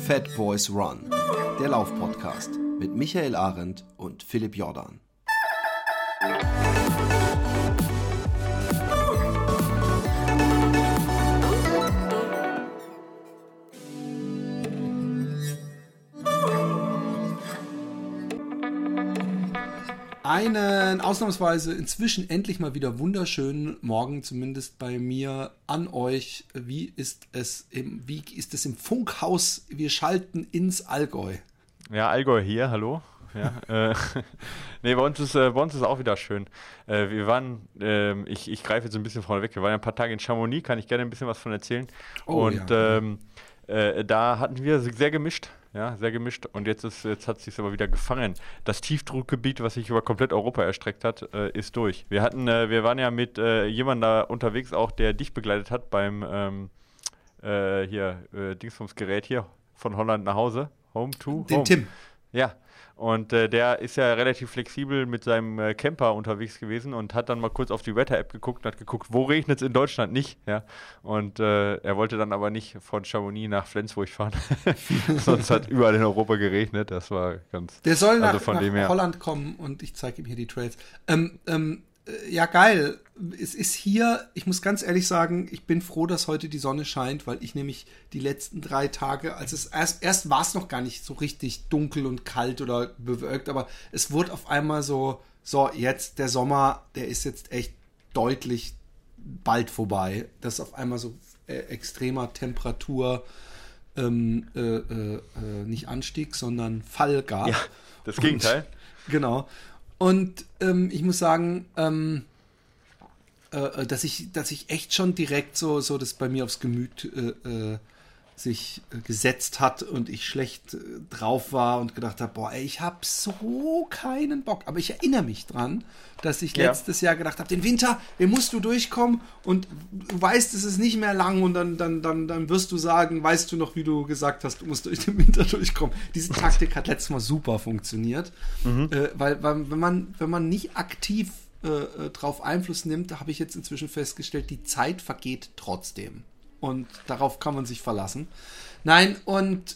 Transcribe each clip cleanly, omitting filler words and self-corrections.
Fat Boys Run, der Laufpodcast mit Michael Arendt und Philipp Jordan. Einen ausnahmsweise inzwischen endlich mal wieder wunderschönen Morgen, zumindest bei mir, an euch. Wie ist es im Funkhaus? Wir schalten ins Allgäu. Ja, Allgäu hier, hallo. Ja, nee, bei uns ist auch wieder schön. Wir waren, ich greife jetzt ein bisschen vorne weg, wir waren ja ein paar Tage in Chamonix, kann ich gerne ein bisschen was von erzählen. Da hatten wir sehr gemischt. Ja, sehr gemischt. Und jetzt hat es sich aber wieder gefangen. Das Tiefdruckgebiet, was sich über komplett Europa erstreckt hat, ist durch. Wir waren ja mit jemandem da unterwegs, auch der dich begleitet hat beim Dingsbums-Gerät hier von Holland nach Hause. Home to Den Home. Tim. Ja. Und der ist ja relativ flexibel mit seinem Camper unterwegs gewesen und hat dann mal kurz auf die Wetter-App geguckt und hat geguckt, wo regnet es in Deutschland nicht. Ja? Und er wollte dann aber nicht von Chamonix nach Flensburg fahren. Sonst hat überall in Europa geregnet. Das war ganz... Der soll nach Holland kommen und ich zeige ihm hier die Trails. Ja, geil. Es ist hier, ich muss ganz ehrlich sagen, ich bin froh, dass heute die Sonne scheint, weil ich nämlich die letzten 3 Tage, als es erst war es noch gar nicht so richtig dunkel und kalt oder bewölkt, aber es wurde auf einmal so jetzt der Sommer, der ist jetzt echt deutlich bald vorbei. Das ist auf einmal so extremer Temperatur, nicht Anstieg, sondern Fall gab. Ja, das Gegenteil. Genau. Und ich muss sagen, dass ich echt schon direkt so das bei mir aufs Gemüt sich gesetzt hat und ich schlecht drauf war und gedacht habe, boah, ey, ich habe so keinen Bock. Aber ich erinnere mich dran, dass ich letztes Jahr gedacht habe, den Winter, den musst du durchkommen und du weißt, es ist nicht mehr lang und dann wirst du sagen, weißt du noch, wie du gesagt hast, du musst durch den Winter durchkommen. Diese Taktik hat letztes Mal super funktioniert, weil wenn man nicht aktiv drauf Einfluss nimmt, da habe ich jetzt inzwischen festgestellt, die Zeit vergeht trotzdem. Und darauf kann man sich verlassen. Nein, und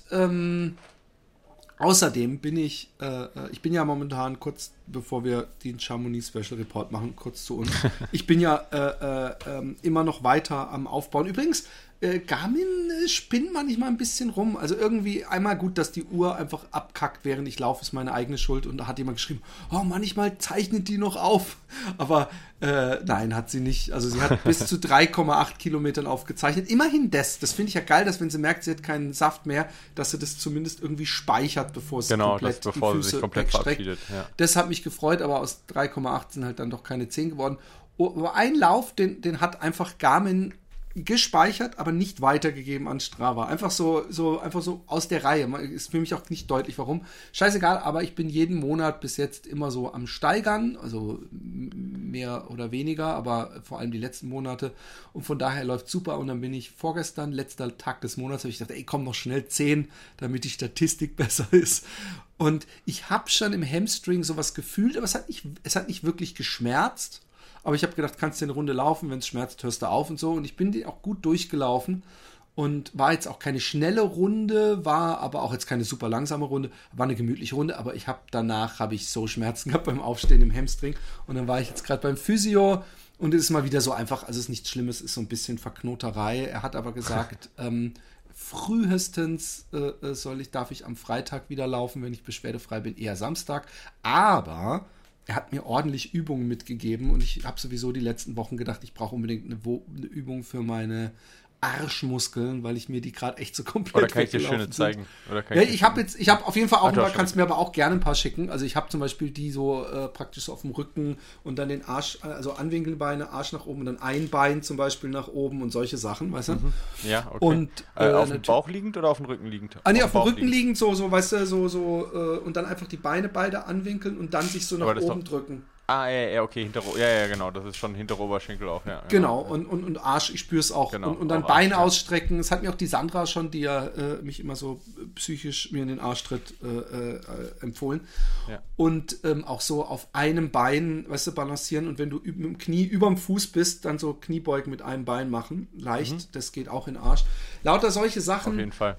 außerdem bin ich bin ja momentan, kurz bevor wir den Chamonix Special Report machen, kurz zu uns, ich bin ja immer noch weiter am Aufbauen. Übrigens, Garmin spinnt manchmal ein bisschen rum. Also irgendwie einmal gut, dass die Uhr einfach abkackt, während ich laufe, ist meine eigene Schuld. Und da hat jemand geschrieben, oh, manchmal zeichnet die noch auf. Aber nein, hat sie nicht. Also sie hat bis zu 3,8 Kilometern aufgezeichnet. Immerhin das finde ich ja geil, dass wenn sie merkt, sie hat keinen Saft mehr, dass sie das zumindest irgendwie speichert, bevor es bevor sie sich komplett verabschiedet. Ja. Das hat mich gefreut, aber aus 3,8 sind halt dann doch keine 10 geworden. Aber ein Lauf, den hat einfach Garmin gespeichert, aber nicht weitergegeben an Strava. Einfach so aus der Reihe. Ist für mich auch nicht deutlich, warum. Scheißegal, aber ich bin jeden Monat bis jetzt immer so am Steigern, also mehr oder weniger, aber vor allem die letzten Monate. Und von daher läuft super. Und dann bin ich vorgestern, letzter Tag des Monats, habe ich gedacht, ey, komm noch schnell 10, damit die Statistik besser ist. Und ich habe schon im Hamstring sowas gefühlt, aber es hat nicht wirklich geschmerzt. Aber ich habe gedacht, kannst du eine Runde laufen, wenn es schmerzt, hörst du auf und so. Und ich bin die auch gut durchgelaufen und war jetzt auch keine schnelle Runde, war aber auch jetzt keine super langsame Runde, war eine gemütliche Runde. Aber danach habe ich so Schmerzen gehabt beim Aufstehen im Hamstring. Und dann war ich jetzt gerade beim Physio und es ist mal wieder so einfach, also es ist nichts Schlimmes, es ist so ein bisschen Verknoterei. Er hat aber gesagt, frühestens darf ich am Freitag wieder laufen, wenn ich beschwerdefrei bin, eher Samstag. Aber er hat mir ordentlich Übungen mitgegeben und ich habe sowieso die letzten Wochen gedacht, ich brauche unbedingt eine Übung für meine Arschmuskeln, weil ich mir die gerade echt so komplett Oder kann ich dir schöne zeigen? Ich habe auf jeden Fall auch kannst mir aber auch gerne ein paar schicken. Also ich habe zum Beispiel die so praktisch so auf dem Rücken und dann den Arsch, also Anwinkelbeine, Arsch nach oben und dann ein Bein zum Beispiel nach oben und solche Sachen, weißt du? Ja, okay. Und, auf dem Bauch liegend oder auf dem Rücken liegend? Auf dem Rücken liegend, so weißt du, und dann einfach die Beine beide anwinkeln und dann sich so nach oben drücken. Ja, okay, ja, genau, das ist schon hintere Oberschenkel auch, ja. Genau, und Arsch, ich spüre es auch. Genau, und dann auch Beine Arsch, ausstrecken. Das hat mir auch die Sandra schon, die ja mich immer so psychisch mir in den Arsch tritt, empfohlen. Ja. Und auch so auf einem Bein, weißt du, balancieren. Und wenn du mit dem Knie überm Fuß bist, dann so Kniebeugen mit einem Bein machen. Leicht, das geht auch in den Arsch. Lauter solche Sachen. Auf jeden Fall.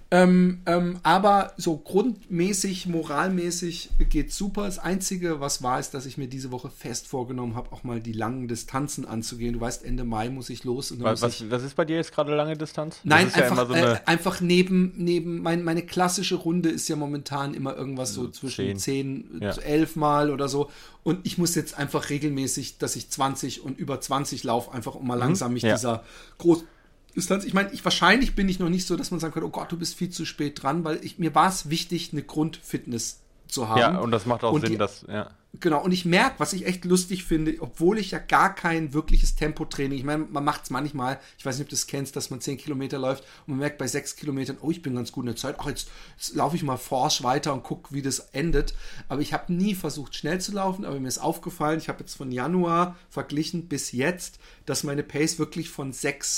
Aber so grundmäßig, moralmäßig geht's super. Das Einzige, was war, ist, dass ich mir diese Woche fest vorgenommen habe, auch mal die langen Distanzen anzugehen. Du weißt, Ende Mai muss ich los. Und dann Was ist bei dir jetzt gerade lange Distanz? Nein, das ist einfach, ja immer so einfach neben meine klassische Runde ist ja momentan immer irgendwas so zwischen 10 ja. 11 Mal oder so. Und ich muss jetzt einfach regelmäßig, dass ich 20 und über 20 laufe, einfach um mal langsam mich dieser Großdistanz. Ich meine, wahrscheinlich bin ich noch nicht so, dass man sagen kann, oh Gott, du bist viel zu spät dran, weil mir war es wichtig, eine Grundfitness zu haben. Ja, und das macht auch Sinn, Genau, und ich merke, was ich echt lustig finde, obwohl ich ja gar kein wirkliches Tempotraining, ich meine, man macht es manchmal, ich weiß nicht, ob du das kennst, dass man 10 Kilometer läuft und man merkt bei 6 Kilometern, oh, ich bin ganz gut in der Zeit, ach, jetzt laufe ich mal forsch weiter und gucke, wie das endet. Aber ich habe nie versucht, schnell zu laufen, aber mir ist aufgefallen, ich habe jetzt von Januar verglichen bis jetzt, dass meine Pace wirklich von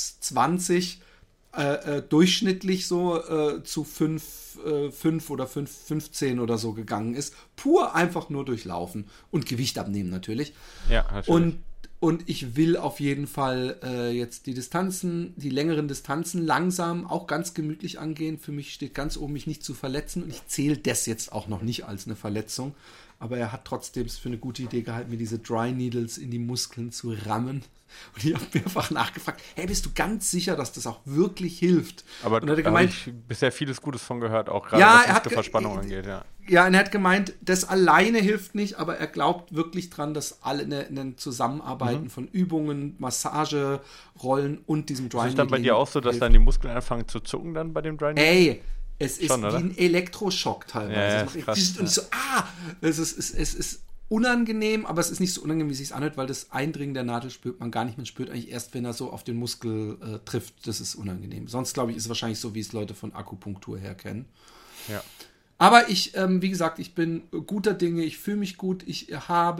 6,20 durchschnittlich so zu 5 oder 5,15 oder so gegangen ist. Pur einfach nur durchlaufen und Gewicht abnehmen natürlich. Ja, natürlich. Und ich will auf jeden Fall jetzt die längeren Distanzen langsam auch ganz gemütlich angehen. Für mich steht ganz oben, mich nicht zu verletzen. Und ich zähle das jetzt auch noch nicht als eine Verletzung. Aber er hat trotzdem es für eine gute Idee gehalten, mir diese Dry Needles in die Muskeln zu rammen. Und ich habe mehrfach nachgefragt, hey, bist du ganz sicher, dass das auch wirklich hilft? Aber da habe ich bisher vieles Gutes von gehört, auch gerade was Muskelverspannung angeht. Ja, und er hat gemeint, das alleine hilft nicht, aber er glaubt wirklich dran, dass alle ein Zusammenarbeiten von Übungen, Massage, Rollen und diesem Dry Needling. Ist es dann bei dir auch so, dass dann die Muskeln anfangen zu zucken dann bei dem Dry Needling? Ey, es ist schon, wie ein Elektroschock teilweise. Ja, das krass, und ich so, es ist unangenehm, aber es ist nicht so unangenehm, wie es sich anhört, weil das Eindringen der Nadel spürt man gar nicht. Man spürt eigentlich erst, wenn er so auf den Muskel trifft. Das ist unangenehm. Sonst, glaube ich, ist es wahrscheinlich so, wie es Leute von Akupunktur her kennen. Ja. Aber wie gesagt, ich bin guter Dinge, ich fühle mich gut, ich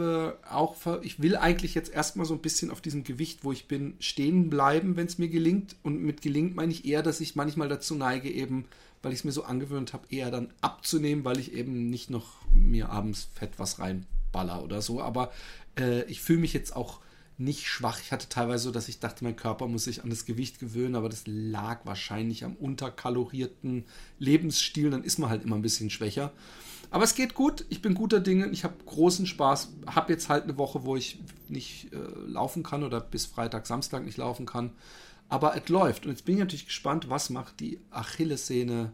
will eigentlich jetzt erstmal so ein bisschen auf diesem Gewicht, wo ich bin, stehen bleiben, wenn es mir gelingt. Und mit gelingt meine ich eher, dass ich manchmal dazu neige, eben, weil ich es mir so angewöhnt habe, eher dann abzunehmen, weil ich eben nicht noch mir abends fett was reinballer oder so. Aber ich fühle mich jetzt auch nicht schwach. Ich hatte teilweise so, dass ich dachte, mein Körper muss sich an das Gewicht gewöhnen, aber das lag wahrscheinlich am unterkalorierten Lebensstil. Dann ist man halt immer ein bisschen schwächer. Aber es geht gut. Ich bin guter Dinge. Ich habe großen Spaß. Habe jetzt halt eine Woche, wo ich nicht laufen kann oder bis Freitag, Samstag nicht laufen kann. Aber es läuft. Und jetzt bin ich natürlich gespannt, was macht die Achillessehne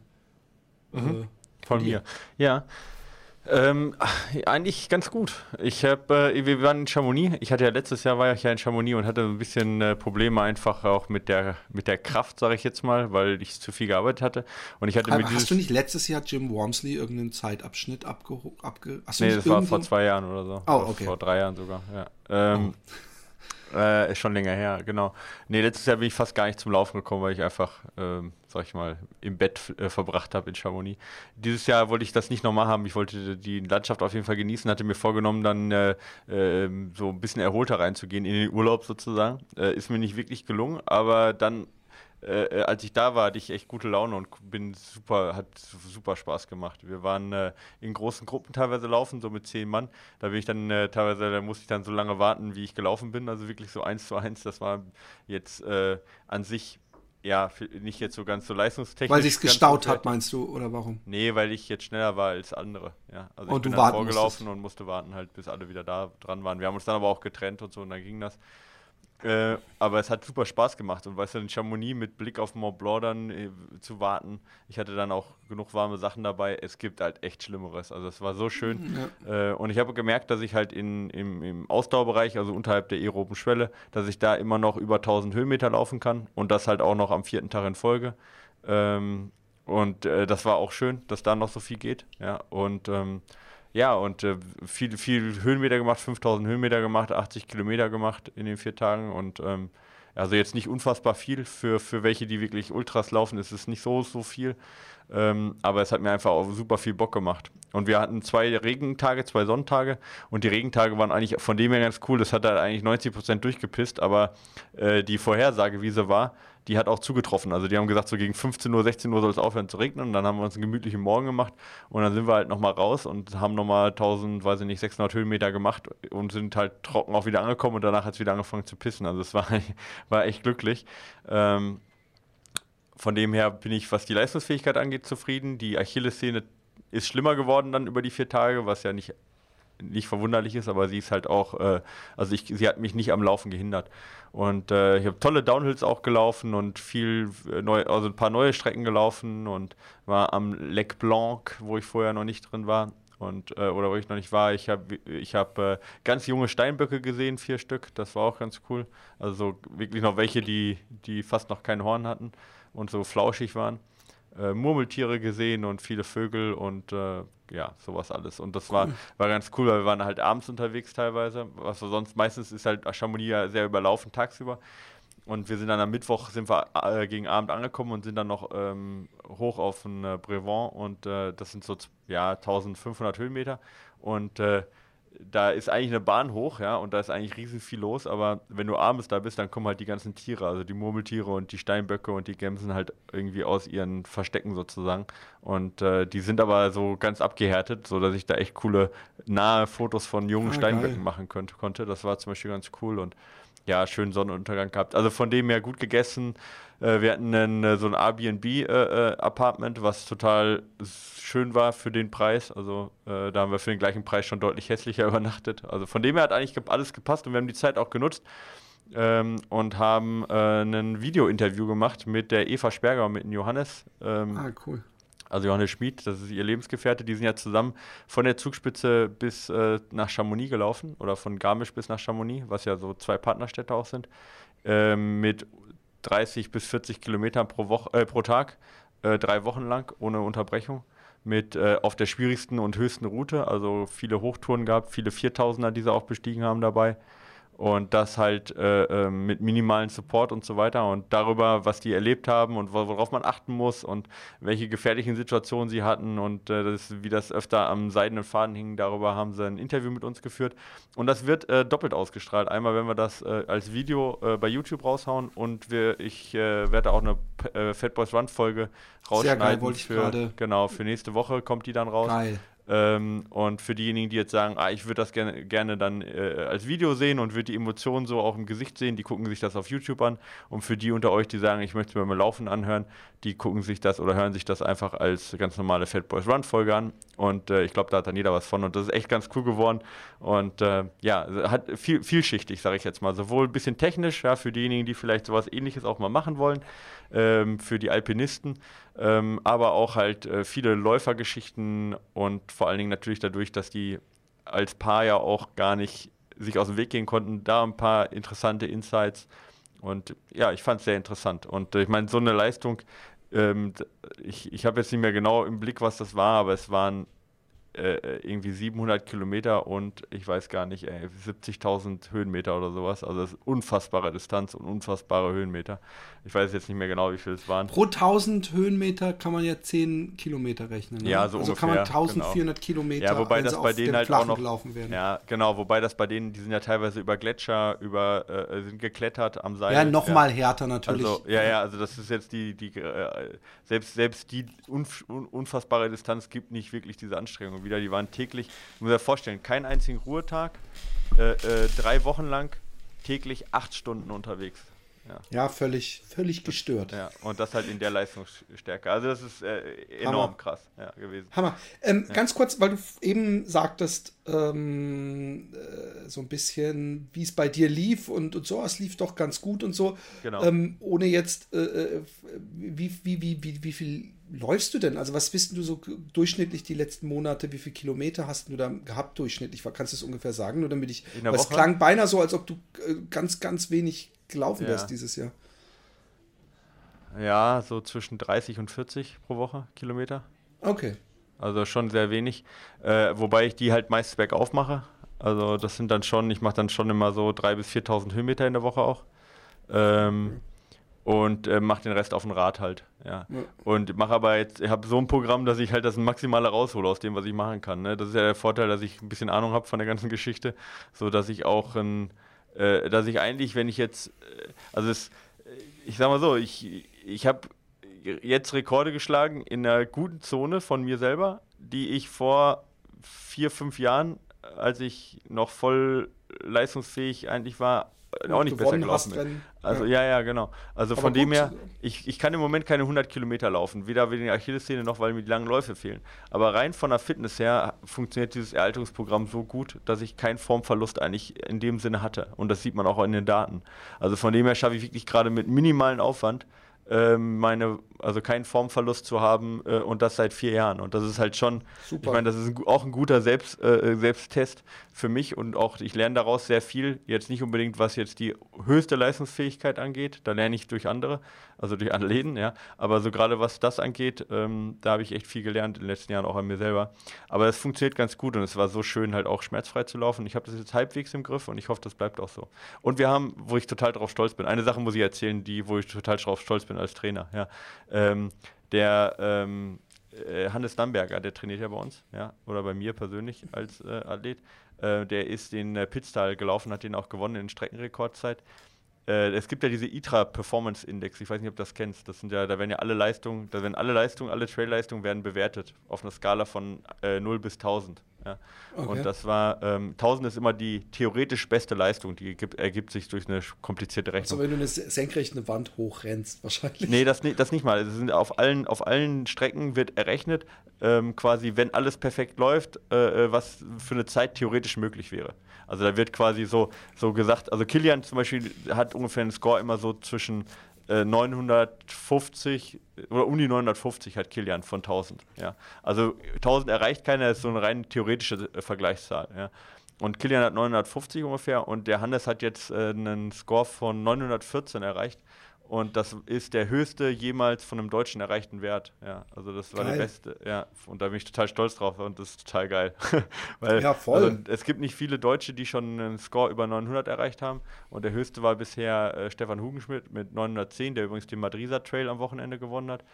von mir. Ja. Eigentlich ganz gut. Wir waren in Chamonix. Letztes Jahr war ich ja in Chamonix und hatte ein bisschen Probleme einfach auch mit der Kraft, sage ich jetzt mal, weil ich zu viel gearbeitet hatte. Und ich hatte Hast du nicht letztes Jahr Jim Wormsley irgendeinen Zeitabschnitt Nee, das war vor 2 Jahren oder so. Oh, okay. Vor 3 Jahren sogar, ja. Ist schon länger her, genau. Nee, letztes Jahr bin ich fast gar nicht zum Laufen gekommen, weil ich einfach, sag ich mal, im Bett verbracht habe in Chamonix. Dieses Jahr wollte ich das nicht nochmal haben. Ich wollte die Landschaft auf jeden Fall genießen, hatte mir vorgenommen, dann so ein bisschen erholter reinzugehen in den Urlaub sozusagen. Ist mir nicht wirklich gelungen, aber dann als ich da war, hatte ich echt gute Laune und hat super Spaß gemacht. Wir waren in großen Gruppen teilweise laufen, so mit 10 Mann. Da bin ich dann da musste ich dann so lange warten, wie ich gelaufen bin, also wirklich so 1:1. Das war jetzt an sich ja nicht jetzt so ganz so leistungstechnisch. Weil sich's gestaut hat, meinst du, oder warum? Nee, weil ich jetzt schneller war als andere. Ja, also und ich bin dann vorgelaufen und musste warten halt, bis alle wieder da dran waren. Wir haben uns dann aber auch getrennt und so und dann ging das. Aber es hat super Spaß gemacht und weißt du, in Chamonix mit Blick auf Mont Blanc dann zu warten, ich hatte dann auch genug warme Sachen dabei, es gibt halt echt Schlimmeres, also es war so schön und ich habe gemerkt, dass ich halt im Ausdauerbereich, also unterhalb der aeroben Schwelle, dass ich da immer noch über 1000 Höhenmeter laufen kann und das halt auch noch am 4. Tag in Folge und das war auch schön, dass da noch so viel geht, ja, und viel Höhenmeter gemacht, 5000 Höhenmeter gemacht, 80 Kilometer gemacht in den 4 Tagen und Also jetzt nicht unfassbar viel für welche, die wirklich Ultras laufen, ist es nicht so viel. Aber es hat mir einfach auch super viel Bock gemacht. Und wir hatten 2 Regentage, 2 Sonntage und die Regentage waren eigentlich von dem her ganz cool. Das hat halt eigentlich 90% durchgepisst, aber die Vorhersage, wie sie war, die hat auch zugetroffen. Also die haben gesagt, so gegen 15 Uhr, 16 Uhr soll es aufhören zu regnen und dann haben wir uns einen gemütlichen Morgen gemacht und dann sind wir halt nochmal raus und haben nochmal 1000, weiß ich nicht, 600 Höhenmeter gemacht und sind halt trocken auch wieder angekommen und danach hat es wieder angefangen zu pissen. Also es war echt glücklich. Von dem her bin ich, was die Leistungsfähigkeit angeht, zufrieden. Die Achillessehne ist schlimmer geworden dann über die 4 Tage, was ja nicht verwunderlich ist, aber sie ist halt auch, sie hat mich nicht am Laufen gehindert. Und ich habe tolle Downhills auch gelaufen und also ein paar neue Strecken gelaufen und war am Lac Blanc, wo ich vorher noch nicht drin war. Oder wo ich noch nicht war. Ich hab ganz junge Steinböcke gesehen, 4 Stück, das war auch ganz cool. Also so wirklich noch welche, die fast noch kein Horn hatten und so flauschig waren. Murmeltiere gesehen und viele Vögel und sowas alles. Und das war ganz cool, weil wir waren halt abends unterwegs teilweise. Was wir sonst meistens ist halt Chamonix ja sehr überlaufen tagsüber. Und wir sind dann am Mittwoch gegen Abend angekommen und sind dann noch hoch auf den Brevent und das sind so 1500 Höhenmeter und da ist eigentlich eine Bahn hoch, ja, und da ist eigentlich riesig viel los, aber wenn du abends da bist, dann kommen halt die ganzen Tiere, also die Murmeltiere und die Steinböcke und die Gämsen halt irgendwie aus ihren Verstecken sozusagen und die sind aber so ganz abgehärtet, so dass ich da echt coole nahe Fotos von jungen Steinböcken machen konnte. Das war zum Beispiel ganz cool und ja, schönen Sonnenuntergang gehabt. Also von dem her gut gegessen. Wir hatten so ein Airbnb-Apartment, was total schön war für den Preis. Also da haben wir für den gleichen Preis schon deutlich hässlicher übernachtet. Also von dem her hat eigentlich alles gepasst und wir haben die Zeit auch genutzt und haben ein Video-Interview gemacht mit der Eva Sperger und mit dem Johannes. Cool. Also Johannes Schmid, das ist ihr Lebensgefährte, die sind ja zusammen von der Zugspitze bis nach Chamonix gelaufen oder von Garmisch bis nach Chamonix, was ja so 2 Partnerstädte auch sind, mit 30 bis 40 Kilometern pro Tag, 3 Wochen lang ohne Unterbrechung, mit auf der schwierigsten und höchsten Route, also viele Hochtouren gehabt, viele 4000er, die sie auch bestiegen haben dabei. Und das halt mit minimalen Support und so weiter und darüber, was die erlebt haben und worauf man achten muss und welche gefährlichen Situationen sie hatten und wie das öfter am seidenen Faden hing, darüber haben sie ein Interview mit uns geführt. Und das wird doppelt ausgestrahlt. Einmal, wenn wir das als Video bei YouTube raushauen und ich werde auch eine Fat Boys Run Folge rausschneiden. Sehr geil, wollte ich gerade. Genau, für nächste Woche kommt die dann raus. Geil. Und für diejenigen, die jetzt sagen, ich würde das gerne dann als Video sehen und würde die Emotionen so auch im Gesicht sehen, die gucken sich das auf YouTube an. Und für die unter euch, die sagen, ich möchte mir mal Laufen anhören, die gucken sich das oder hören sich das einfach als ganz normale Fat Boys Run Folge an. Und ich glaube, da hat dann jeder was von. Und das ist echt ganz cool geworden. Und hat vielschichtig, sage ich jetzt mal. Sowohl ein bisschen technisch, ja, für diejenigen, die vielleicht sowas Ähnliches auch mal machen wollen, für die Alpinisten, aber auch halt viele Läufergeschichten und vor allen Dingen natürlich dadurch, dass die als Paar ja auch gar nicht sich aus dem Weg gehen konnten, da ein paar interessante Insights und ja, ich fand es sehr interessant und ich meine, so eine Leistung, ich habe jetzt nicht mehr genau im Blick, was das war, aber es waren irgendwie 700 Kilometer und ich weiß gar nicht, 70.000 Höhenmeter oder sowas. Also das ist unfassbare Distanz und unfassbare Höhenmeter. Ich weiß jetzt nicht mehr genau, wie viel es waren. Pro 1000 Höhenmeter kann man ja 10 Kilometer rechnen. Ne? Ja, so also ungefähr, kann man 1400 Kilometer, ja, wobei das bei denen halt auch noch gelaufen werden. Ja, genau, wobei das bei denen, die sind ja teilweise über Gletscher, sind geklettert am Seil. Ja, nochmal härter natürlich. Also, also das ist jetzt selbst die unfassbare Distanz gibt nicht wirklich diese Anstrengung wieder. Die waren täglich, ich muss mir vorstellen, keinen einzigen Ruhetag, 3 Wochen lang täglich 8 Stunden unterwegs. Ja, völlig gestört. Ja, und das halt in der Leistungsstärke. Also das ist enorm krass gewesen. Hammer. Ganz kurz, weil du eben sagtest, so ein bisschen, wie es bei dir lief und so, es lief doch ganz gut und so. Genau. Ohne jetzt, wie viel läufst du denn? Also was bist du so durchschnittlich die letzten Monate? Wie viele Kilometer hast du da gehabt durchschnittlich? Kannst du es ungefähr sagen? Nur damit ich, weil es klang beinahe so, als ob du ganz, ganz wenig gelaufen wärst dieses Jahr. Ja, so zwischen 30 und 40 pro Woche Kilometer. Okay. Also schon sehr wenig. Wobei ich die halt meist bergauf mache. Also das sind dann schon, ich mache dann schon immer so 3.000 bis 4.000 Höhenmeter in der Woche auch. Und mache den Rest auf dem Rad halt, ja. Ja. Und mache aber jetzt, ich habe so ein Programm, dass ich halt das Maximale raushole aus dem, was ich machen kann, ne? Das ist ja der Vorteil, dass ich ein bisschen Ahnung habe von der ganzen Geschichte, so dass ich auch dass ich eigentlich, wenn ich jetzt, ich sag mal so, ich habe jetzt Rekorde geschlagen in einer guten Zone von mir selber, die ich vor 4, 5 Jahren, als ich noch voll leistungsfähig eigentlich war, auch nicht besser gelaufen bin. Also ja, genau. Also Aber von dem gut. her, ich kann im Moment keine 100 Kilometer laufen, weder wegen der Achillessehne noch, weil mir die langen Läufe fehlen. Aber rein von der Fitness her funktioniert dieses Erhaltungsprogramm so gut, dass ich keinen Formverlust eigentlich in dem Sinne hatte. Und das sieht man auch in den Daten. Also von dem her schaffe ich wirklich gerade mit minimalen Aufwand also keinen Formverlust zu haben und das seit 4 Jahren. Und das ist halt schon, Super. ich meine, das ist auch ein guter Selbsttest für mich und auch ich lerne daraus sehr viel. Jetzt nicht unbedingt, was jetzt die höchste Leistungsfähigkeit angeht, da lerne ich durch andere, also durch Athleten, ja. Aber so gerade was das angeht, da habe ich echt viel gelernt in den letzten Jahren auch an mir selber. Aber es funktioniert ganz gut und es war so schön, halt auch schmerzfrei zu laufen. Ich habe das jetzt halbwegs im Griff und ich hoffe, das bleibt auch so. Und wir haben, wo ich total drauf stolz bin, eine Sache muss ich erzählen, wo ich total drauf stolz bin als Trainer, ja. Hannes Damberger, der trainiert ja bei uns, ja, oder bei mir persönlich als Athlet. Der ist den Pitztal gelaufen, hat den auch gewonnen in Streckenrekordzeit. Es gibt ja diese ITRA Performance Index, ich weiß nicht, ob du das kennst. Das sind ja, da werden ja alle Trail-Leistungen werden bewertet auf einer Skala von 0 bis 1000. Ja. Okay. Und das war, 1000 ist immer die theoretisch beste Leistung, die ergibt sich durch eine komplizierte Rechnung. Also wenn du eine senkrechte Wand hochrennst, wahrscheinlich. Nee, das nicht mal. Es sind auf allen Strecken wird errechnet, quasi, wenn alles perfekt läuft, was für eine Zeit theoretisch möglich wäre. Also da wird quasi so gesagt, also Kilian zum Beispiel hat ungefähr einen Score immer so zwischen 950 oder um die 950 hat Kilian von 1000. Ja. Also 1000 erreicht keiner, das ist so eine rein theoretische Vergleichszahl. Ja. Und Kilian hat 950 ungefähr und der Hannes hat jetzt einen Score von 914 erreicht. Und das ist der höchste jemals von einem Deutschen erreichten Wert. Ja, also das war der beste. Ja, und da bin ich total stolz drauf und das ist total geil. Weil, ja, voll. Also, es gibt nicht viele Deutsche, die schon einen Score über 900 erreicht haben. Und der höchste war bisher Stefan Hugenschmidt mit 910, der übrigens den Madriser Trail am Wochenende gewonnen hat.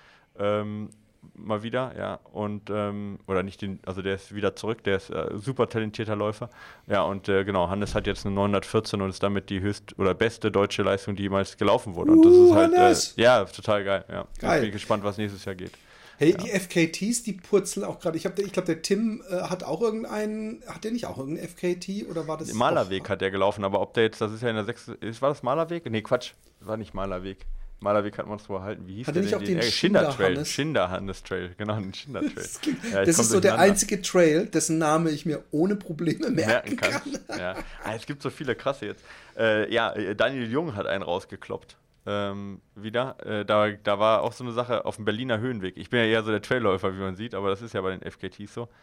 Mal wieder, ja, und, oder nicht also der ist wieder zurück, der ist super talentierter Läufer, ja, und genau, Hannes hat jetzt eine 914 und ist damit die oder beste deutsche Leistung, die jemals gelaufen wurde, und das ist halt, ja, total geil, ja, geil. Ich bin gespannt, was nächstes Jahr geht. Hey, die FKTs, die purzeln auch gerade. Ich glaube, der Tim hat auch hat der nicht auch irgendeinen FKT oder war das? Den Malerweg hat der gelaufen, aber ob der jetzt, das ist ja in der 6. War das Malerweg? Nee, Quatsch, das war nicht Malerweg. Malerweg hat man es vorhalten. Wie hieß hat der nicht denn? Auch den Schinder-Trail. Schinder-Hannes-Trail, genau, den Schinder-Trail. Das ist so der einzige Trail, dessen Name ich mir ohne Probleme merken kann. Ja. Es gibt so viele krasse jetzt. Daniel Jung hat einen rausgekloppt. Wieder. Da war auch so eine Sache auf dem Berliner Höhenweg. Ich bin ja eher so der Trailläufer, wie man sieht, aber das ist ja bei den FKTs so.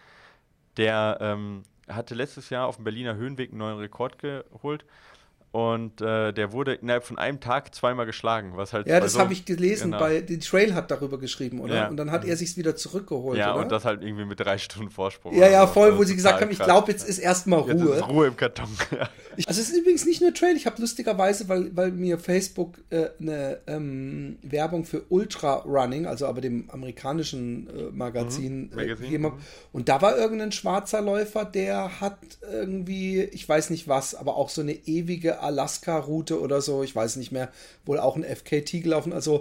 Der hatte letztes Jahr auf dem Berliner Höhenweg einen neuen Rekord geholt. Und der wurde innerhalb von einem Tag 2-mal geschlagen. Was halt ja, das habe ich gelesen. Genau. Die Trail hat darüber geschrieben, oder? Ja. Und dann hat er sich's wieder zurückgeholt, ja, oder? Und das halt irgendwie mit 3 Stunden Vorsprung. Ja, voll, wo sie gesagt haben, ich glaube, jetzt ist erstmal Ruhe. Jetzt ist Ruhe im Karton. Ja. Also es ist übrigens nicht nur Trail. Ich habe lustigerweise, weil mir Facebook eine Werbung für Ultra Running, also aber dem amerikanischen Magazin gegeben hat. Und da war irgendein schwarzer Läufer, der hat irgendwie, ich weiß nicht was, aber auch so eine ewige Alaska-Route oder so, ich weiß nicht mehr, wohl auch ein FKT gelaufen. Also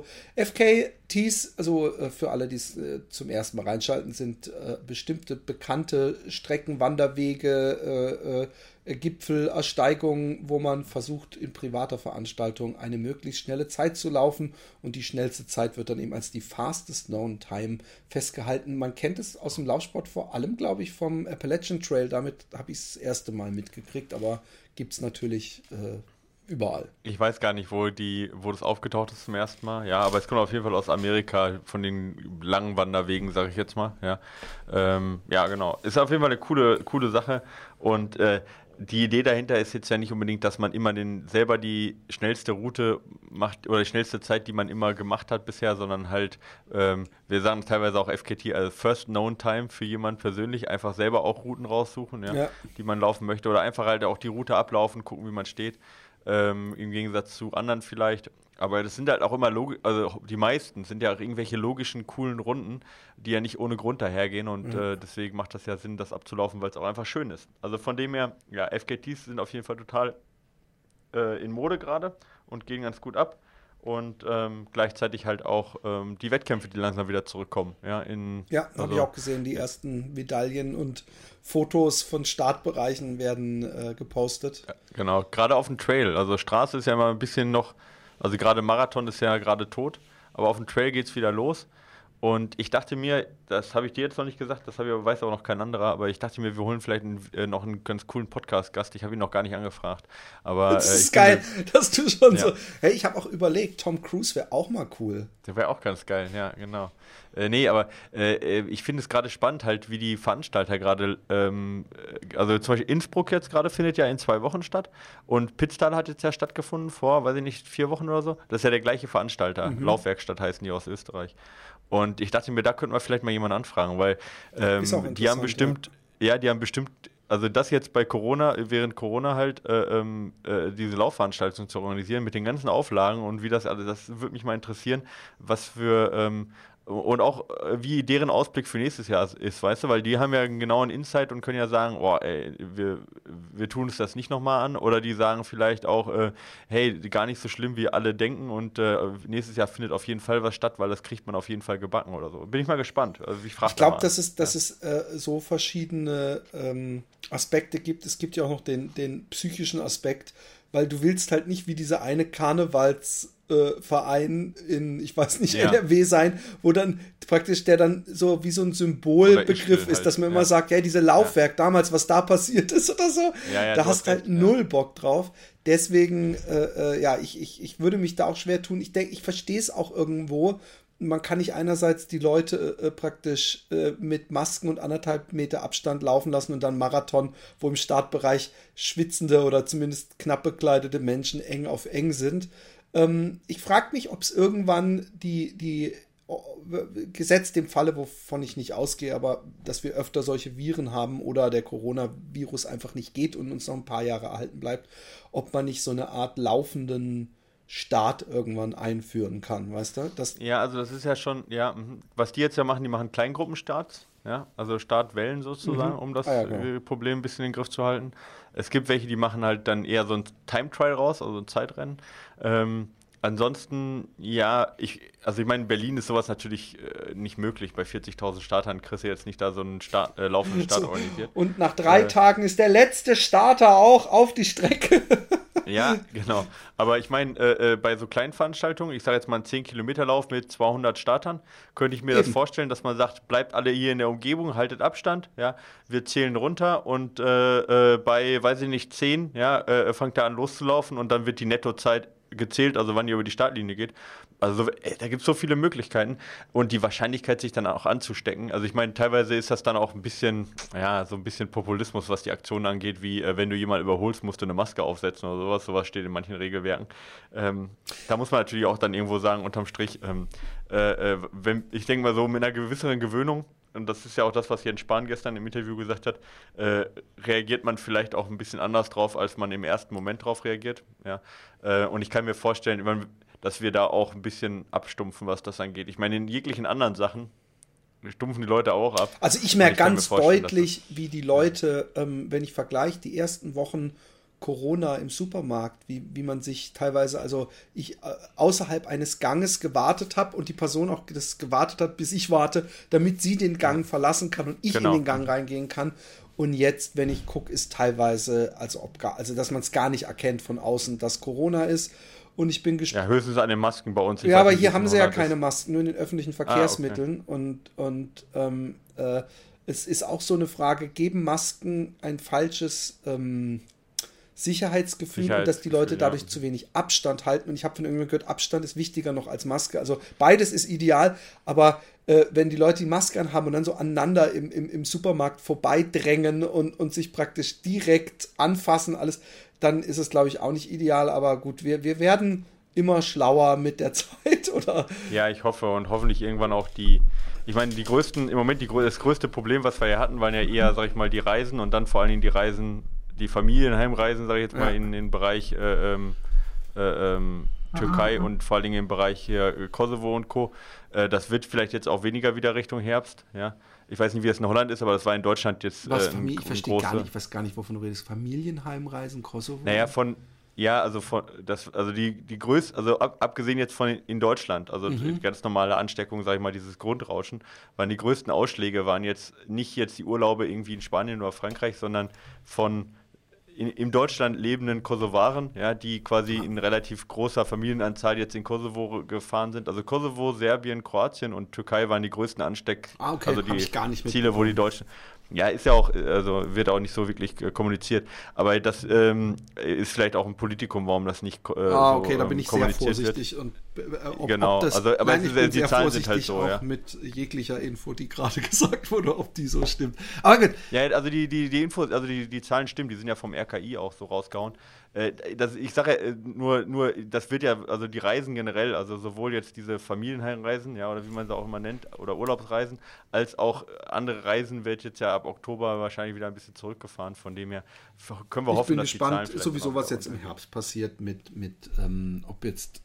FKTs, also für alle, die es zum ersten Mal reinschalten, sind bestimmte bekannte Strecken, Wanderwege, Gipfelersteigungen, wo man versucht, in privater Veranstaltung eine möglichst schnelle Zeit zu laufen, und die schnellste Zeit wird dann eben als die fastest known time festgehalten. Man kennt es aus dem Laufsport vor allem, glaube ich, vom Appalachian Trail. Damit habe ich es das erste Mal mitgekriegt, aber gibt es natürlich überall. Ich weiß gar nicht, wo das aufgetaucht ist zum ersten Mal. Ja, aber es kommt auf jeden Fall aus Amerika, von den langen Wanderwegen, sage ich jetzt mal. Ja, genau. Ist auf jeden Fall eine coole Sache. Und die Idee dahinter ist jetzt ja nicht unbedingt, dass man immer selber die schnellste Route macht oder die schnellste Zeit, die man immer gemacht hat bisher, sondern halt, wir sagen teilweise auch FKT, also First Known Time für jemanden persönlich, einfach selber auch Routen raussuchen, die man laufen möchte, oder einfach halt auch die Route ablaufen, gucken, wie man steht. im Gegensatz zu anderen vielleicht. Aber das sind halt auch immer also die meisten sind ja auch irgendwelche logischen, coolen Runden, die ja nicht ohne Grund dahergehen und deswegen macht das ja Sinn, das abzulaufen, weil es auch einfach schön ist. Also von dem her, ja, FKTs sind auf jeden Fall total in Mode gerade und gehen ganz gut ab. Und gleichzeitig halt auch die Wettkämpfe, die langsam wieder zurückkommen. Ja, habe ich auch gesehen. Die ersten Medaillen und Fotos von Startbereichen werden gepostet. Ja, genau, gerade auf dem Trail. Also Straße ist ja immer ein bisschen noch, also gerade Marathon ist ja gerade tot, aber auf dem Trail geht es wieder los. Und ich dachte mir, das habe ich dir jetzt noch nicht gesagt, weiß aber noch kein anderer, aber ich dachte mir, wir holen vielleicht noch einen ganz coolen Podcast-Gast. Ich habe ihn noch gar nicht angefragt. Aber, das ist geil, dass du schon so. Hey, ich habe auch überlegt, Tom Cruise wäre auch mal cool. Der wäre auch ganz geil, ja, genau. Nee, aber ich finde es gerade spannend, halt, wie die Veranstalter gerade, also zum Beispiel Innsbruck jetzt gerade findet ja in 2 Wochen statt und Pitztal hat jetzt ja stattgefunden vor, weiß ich nicht, 4 Wochen oder so. Das ist ja der gleiche Veranstalter. Laufwerkstatt heißen die aus Österreich. Und ich dachte mir, da könnten wir vielleicht mal jemanden anfragen, weil die haben bestimmt, die haben bestimmt, also das jetzt bei Corona, während Corona halt, diese Laufveranstaltung zu organisieren mit den ganzen Auflagen und wie das alles, das würde mich mal interessieren, was für, und auch wie deren Ausblick für nächstes Jahr ist, weißt du, weil die haben ja einen genauen Insight und können ja sagen, oh, ey, wir tun uns das nicht nochmal an, oder die sagen vielleicht auch, hey, gar nicht so schlimm, wie alle denken und nächstes Jahr findet auf jeden Fall was statt, weil das kriegt man auf jeden Fall gebacken oder so. Bin ich mal gespannt. Also ich glaube, dass es so verschiedene Aspekte gibt. Es gibt ja auch noch den psychischen Aspekt, weil du willst halt nicht wie dieser eine Verein in, ich weiß nicht, NRW sein, wo dann praktisch der dann so wie so ein Symbolbegriff ist, dass man immer sagt, ja, diese Laufwerk damals, was da passiert ist oder so, da hast halt null Bock drauf. Deswegen, ich würde mich da auch schwer tun. Ich denke, ich verstehe es auch irgendwo. Man kann nicht einerseits die Leute praktisch mit Masken und 1,5 Meter Abstand laufen lassen und dann Marathon, wo im Startbereich schwitzende oder zumindest knapp bekleidete Menschen eng auf eng sind. Ich frage mich, ob es irgendwann die gesetzt dem Falle, wovon ich nicht ausgehe, aber dass wir öfter solche Viren haben oder der Coronavirus einfach nicht geht und uns noch ein paar Jahre erhalten bleibt, ob man nicht so eine Art laufenden Start irgendwann einführen kann, weißt du? Also das ist ja schon, was die jetzt ja machen, die machen Kleingruppenstarts, also Startwellen sozusagen, um das Problem ein bisschen in den Griff zu halten. Es gibt welche, die machen halt dann eher so ein Time-Trial raus, also ein Zeitrennen. Ansonsten, ich meine, in Berlin ist sowas natürlich nicht möglich. Bei 40.000 Startern kriegst du jetzt nicht da so einen laufenden Start organisiert. Und nach 3 Tagen ist der letzte Starter auch auf die Strecke. Ja, genau. Aber ich meine, bei so kleinen Veranstaltungen, ich sage jetzt mal einen 10-Kilometer-Lauf mit 200 Startern, könnte ich mir das vorstellen, dass man sagt, bleibt alle hier in der Umgebung, haltet Abstand, wir zählen runter und bei, weiß ich nicht, 10, fangt er an loszulaufen und dann wird die Nettozeit gezählt, also wann ihr über die Startlinie geht. Also da gibt es so viele Möglichkeiten und die Wahrscheinlichkeit, sich dann auch anzustecken. Also ich meine, teilweise ist das dann auch ein bisschen, so ein bisschen Populismus, was die Aktionen angeht, wie wenn du jemanden überholst, musst du eine Maske aufsetzen oder sowas. Sowas steht in manchen Regelwerken. Da muss man natürlich auch dann irgendwo sagen, unterm Strich, ich denke mal so mit einer gewisseren Gewöhnung, und das ist ja auch das, was Jens Spahn gestern im Interview gesagt hat, reagiert man vielleicht auch ein bisschen anders drauf, als man im ersten Moment drauf reagiert. Und ich kann mir vorstellen, dass wir da auch ein bisschen abstumpfen, was das angeht. Ich meine, in jeglichen anderen Sachen stumpfen die Leute auch ab. Also ich merke ganz deutlich, wie die Leute, wenn ich vergleiche, die ersten Wochen Corona im Supermarkt, wie man sich teilweise, also ich außerhalb eines Ganges gewartet habe und die Person auch das gewartet hat, bis ich warte, damit sie den Gang verlassen kann und ich in den Gang reingehen kann. Und jetzt, wenn ich gucke, ist teilweise, also dass man es gar nicht erkennt von außen, dass Corona ist. Und ich bin gespannt. Ja, höchstens an den Masken bei uns. Ja, aber hier haben sie ja keine Masken, nur in den öffentlichen Verkehrsmitteln. Okay. Und es ist auch so eine Frage, geben Masken ein falsches Sicherheitsgefühl und dass die Leute dadurch zu wenig Abstand halten. Und ich habe von irgendjemandem gehört, Abstand ist wichtiger noch als Maske. Also beides ist ideal, aber wenn die Leute die Maske anhaben und dann so aneinander im Supermarkt vorbeidrängen und sich praktisch direkt anfassen, alles, dann ist es, glaube ich, auch nicht ideal. Aber gut, wir werden immer schlauer mit der Zeit, oder? Ja, ich hoffe und hoffentlich irgendwann auch ich meine, das größte Problem, was wir ja hatten, waren ja eher, sag ich mal, die Reisen und dann vor allen Dingen die Reisen die Familienheimreisen, sage ich jetzt mal, in den Bereich Türkei und vor allen Dingen im Bereich hier Kosovo und Co. Das wird vielleicht jetzt auch weniger wieder Richtung Herbst, ja. Ich weiß nicht, wie es in Holland ist, aber das war in Deutschland jetzt ich verstehe gar nicht, ich weiß gar nicht, wovon du redest. Familienheimreisen, Kosovo? Naja, die größte, also abgesehen jetzt von in Deutschland, also die ganz normale Ansteckung, sag ich mal, dieses Grundrauschen, waren die größten Ausschläge, waren jetzt nicht jetzt die Urlaube irgendwie in Spanien oder Frankreich, sondern von in Deutschland lebenden Kosovaren, ja, die quasi in relativ großer Familienanzahl jetzt in Kosovo gefahren sind. Also Kosovo, Serbien, Kroatien und Türkei waren die größten also die ich gar nicht Ziele, wo die Deutschen. Ja, ist ja auch, also wird auch nicht so wirklich kommuniziert. Aber das ist vielleicht auch ein Politikum, warum das nicht da bin ich sehr vorsichtig. Und, genau, aber die Zahlen sind halt so, ja. Mit jeglicher Info, die gerade gesagt wurde, ob die so stimmt. Aber gut. Ja, also die Infos, also die Zahlen stimmen, die sind ja vom RKI auch so rausgehauen. Ich sage ja nur, das wird ja, also die Reisen generell, also sowohl jetzt diese Familienheimreisen, ja, oder wie man sie auch immer nennt, oder Urlaubsreisen, als auch andere Reisen wird jetzt ja ab Oktober wahrscheinlich wieder ein bisschen zurückgefahren. Von dem her können wir hoffen, dass die Zahlen vielleicht sowieso, was jetzt im Herbst passiert mit ob jetzt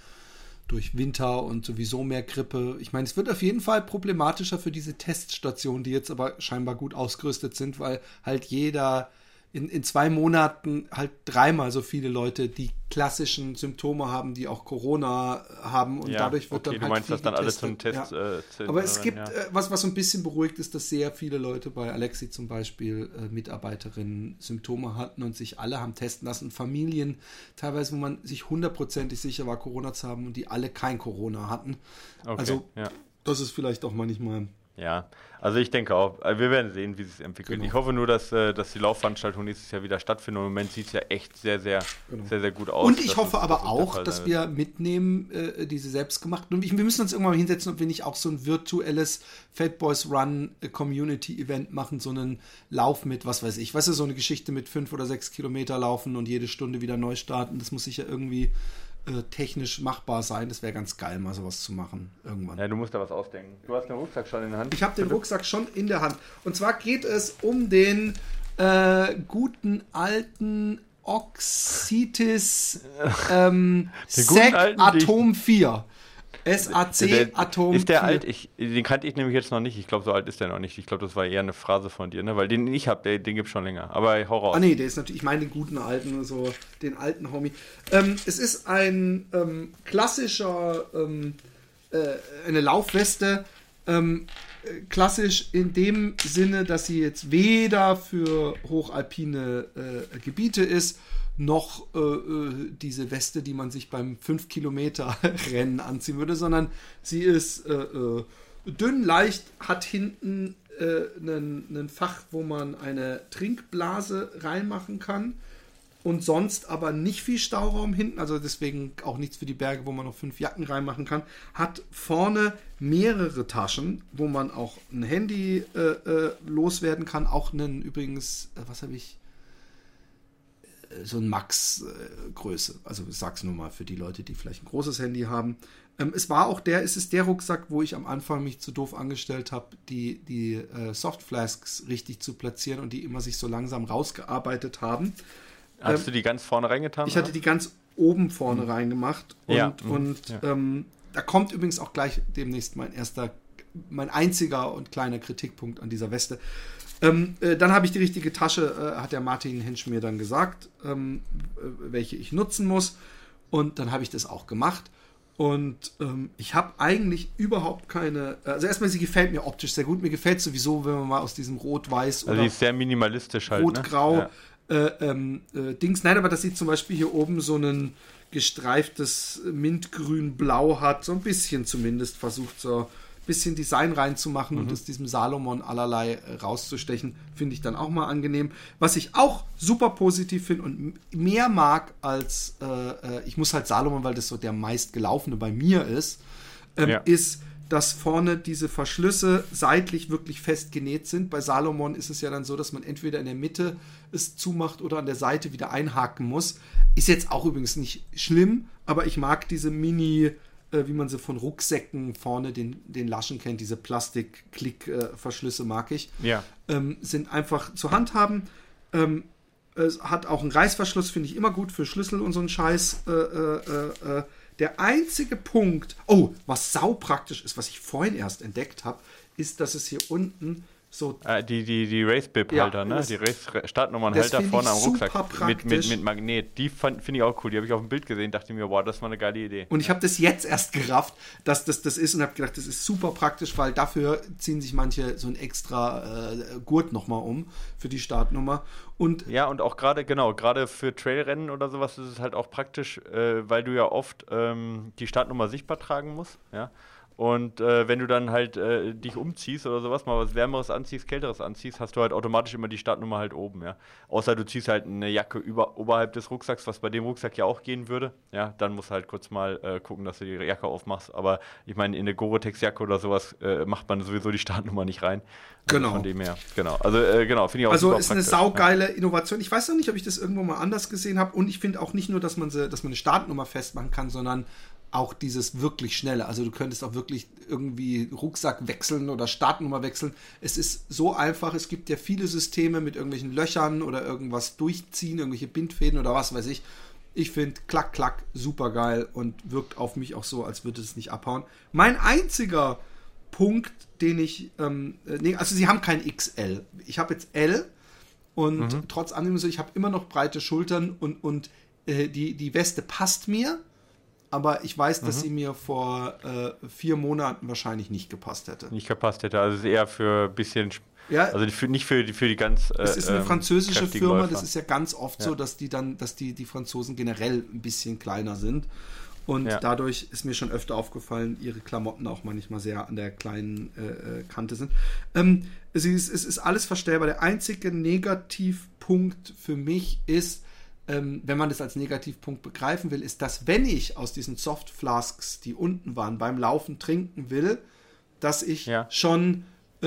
durch Winter und sowieso mehr Grippe. Ich meine, es wird auf jeden Fall problematischer für diese Teststationen, die jetzt aber scheinbar gut ausgerüstet sind, weil halt jeder in 2 Monaten halt 3-mal so viele Leute die klassischen Symptome haben, die auch Corona haben und dadurch wird dann halt du meinst, viel dass dann alle zum getestet. Test Aber es gibt, was so ein bisschen beruhigt ist, dass sehr viele Leute bei Alexi zum Beispiel, Mitarbeiterinnen, Symptome hatten und sich alle haben testen lassen. Familien teilweise, wo man sich 100% sicher war, Corona zu haben und die alle kein Corona hatten. Okay, also das ist vielleicht auch manchmal... Ja, also ich denke auch, wir werden sehen, wie es sich entwickelt. Genau. Ich hoffe nur, dass die Laufveranstaltung nächstes Jahr wieder stattfindet. Im Moment sieht es ja echt sehr, sehr gut aus. Und ich hoffe aber auch, dass wir mitnehmen, diese selbstgemachten. Und wir müssen uns irgendwann mal hinsetzen, ob wir nicht auch so ein virtuelles Fat Boys Run Community Event machen, so einen Lauf mit, was weiß ich, so eine Geschichte mit 5 oder 6 Kilometer laufen und jede Stunde wieder neu starten. Das muss sicher irgendwie technisch machbar sein. Das wäre ganz geil, mal sowas zu machen irgendwann. Ja, du musst da was ausdenken. Du hast den Rucksack schon in der Hand. Ich habe den Rucksack schon in der Hand. Und zwar geht es um den guten alten Oxitis SAC Atom 4. SAC Atom 4. Ist der alt? Den kannte ich nämlich jetzt noch nicht. Ich glaube, so alt ist der noch nicht. Ich glaube, das war eher eine Phrase von dir, ne? Weil den ich habe, den gibt es schon länger. Aber hau raus. Nee, der ist natürlich, ich meine den guten alten, so den alten Homie. Es ist ein klassischer, eine Laufweste, klassisch in dem Sinne, dass sie jetzt weder für hochalpine Gebiete ist, noch diese Weste, die man sich beim 5-Kilometer-Rennen anziehen würde, sondern sie ist dünn, leicht, hat hinten ein Fach, wo man eine Trinkblase reinmachen kann und sonst aber nicht viel Stauraum hinten, also deswegen auch nichts für die Berge, wo man noch 5 Jacken reinmachen kann, hat vorne mehrere Taschen, wo man auch ein Handy loswerden kann, auch einen übrigens, was habe ich, so ein Max-Größe. Also ich sag's nur mal für die Leute, die vielleicht ein großes Handy haben. Es ist der Rucksack, wo ich am Anfang mich zu doof angestellt habe, die Softflasks richtig zu platzieren und die immer sich so langsam rausgearbeitet haben. Hast du die ganz vorne reingetan? Ich hatte die ganz oben vorne reingemacht. Da kommt übrigens auch gleich demnächst mein einziger und kleiner Kritikpunkt an dieser Weste. Dann habe ich die richtige Tasche, hat der Martin Hinsch mir dann gesagt, welche ich nutzen muss. Und dann habe ich das auch gemacht. Und ich habe eigentlich überhaupt keine... Also erstmal, sie gefällt mir optisch sehr gut. Mir gefällt sowieso, wenn man mal aus diesem Rot-Weiß oder... Also die ist sehr minimalistisch halt, Rot-Grau Dings. Nein, aber dass sie zum Beispiel hier oben so ein gestreiftes Mintgrün-Blau hat. So ein bisschen zumindest versucht so... bisschen Design reinzumachen und aus diesem Salomon allerlei rauszustechen, finde ich dann auch mal angenehm. Was ich auch super positiv finde und mehr mag als, ich muss halt Salomon, weil das so der meistgelaufene bei mir ist, ist, dass vorne diese Verschlüsse seitlich wirklich fest genäht sind. Bei Salomon ist es ja dann so, dass man entweder in der Mitte es zumacht oder an der Seite wieder einhaken muss. Ist jetzt auch übrigens nicht schlimm, aber ich mag diese wie man sie von Rucksäcken vorne den Laschen kennt, diese Plastik-Klick-Verschlüsse mag ich. Ja. Sind einfach zu handhaben. Es hat auch einen Reißverschluss, finde ich immer gut für Schlüssel und so einen Scheiß. Der einzige Punkt, was saupraktisch ist, was ich vorhin erst entdeckt habe, ist, dass es hier unten so... Die Race-Bib-Halter, ne? Die Race-Startnummernhalter vorne am Rucksack mit Magnet. Die finde ich auch cool. Die habe ich auf dem Bild gesehen, dachte mir, wow, das war eine geile Idee. Und ich habe das jetzt erst gerafft, dass das ist und habe gedacht, das ist super praktisch, weil dafür ziehen sich manche so ein extra Gurt nochmal um für die Startnummer. Und ja, und auch gerade für Trailrennen oder sowas ist es halt auch praktisch, weil du ja oft die Startnummer sichtbar tragen musst, ja. Und wenn du dann halt dich umziehst oder sowas, mal was Wärmeres anziehst, Kälteres anziehst, hast du halt automatisch immer die Startnummer halt oben, ja. Außer du ziehst halt eine Jacke oberhalb des Rucksacks, was bei dem Rucksack ja auch gehen würde, ja. Dann musst du halt kurz mal gucken, dass du die Jacke aufmachst. Aber ich meine, in eine Gore-Tex-Jacke oder sowas macht man sowieso die Startnummer nicht rein. Also genau. Von dem her, genau. Also finde ich auch also super ist eine saugeile Innovation. Ich weiß noch nicht, ob ich das irgendwo mal anders gesehen habe. Und ich finde auch nicht nur, dass man eine Startnummer festmachen kann, sondern auch dieses wirklich Schnelle. Also du könntest auch wirklich irgendwie Rucksack wechseln oder Startnummer wechseln. Es ist so einfach. Es gibt ja viele Systeme mit irgendwelchen Löchern oder irgendwas durchziehen, irgendwelche Bindfäden oder was weiß ich. Ich finde, klack, klack, super geil und wirkt auf mich auch so, als würde es nicht abhauen. Mein einziger Punkt, den ich, also sie haben kein XL. Ich habe jetzt L und trotz allem so, ich habe immer noch breite Schultern und die Weste passt mir. Aber ich weiß, dass sie mir vor 4 Monaten wahrscheinlich nicht gepasst hätte. Also es ist eher für ein bisschen, also nicht für die ganz es ist eine französische Firma, Läufer. Das ist ja ganz oft so, dass die Franzosen generell ein bisschen kleiner sind. Und dadurch ist mir schon öfter aufgefallen, ihre Klamotten auch manchmal sehr an der kleinen Kante sind. Es ist alles verstellbar. Der einzige Negativpunkt für mich ist, wenn man das als Negativpunkt begreifen will, ist, dass wenn ich aus diesen Softflasks, die unten waren, beim Laufen trinken will, dass ich schon,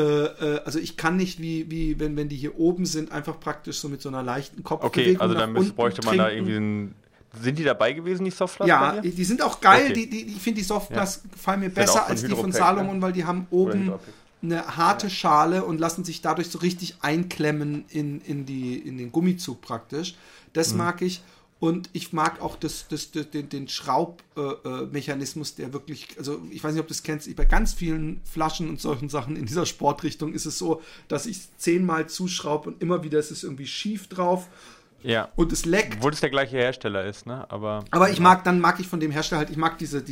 also ich kann nicht wie wenn die hier oben sind, einfach praktisch so mit so einer leichten Kopfbewegung. Okay, also dann bräuchte man da irgendwie sind die dabei gewesen, die Softflasks? Ja, die sind auch geil. Okay. Ich finde, die Softflasks gefallen mir besser als die von Salomon, weil die haben oben eine harte Schale und lassen sich dadurch so richtig einklemmen in den Gummizug praktisch. Das mag ich. Und ich mag auch den Schraubmechanismus, der wirklich, also ich weiß nicht, ob du das kennst, bei ganz vielen Flaschen und solchen Sachen in dieser Sportrichtung ist es so, dass ich es 10-mal zuschraube und immer wieder ist es irgendwie schief drauf. Ja. Und es leckt. Obwohl es der gleiche Hersteller ist, ne? Aber mag ich von dem Hersteller halt, ich mag diese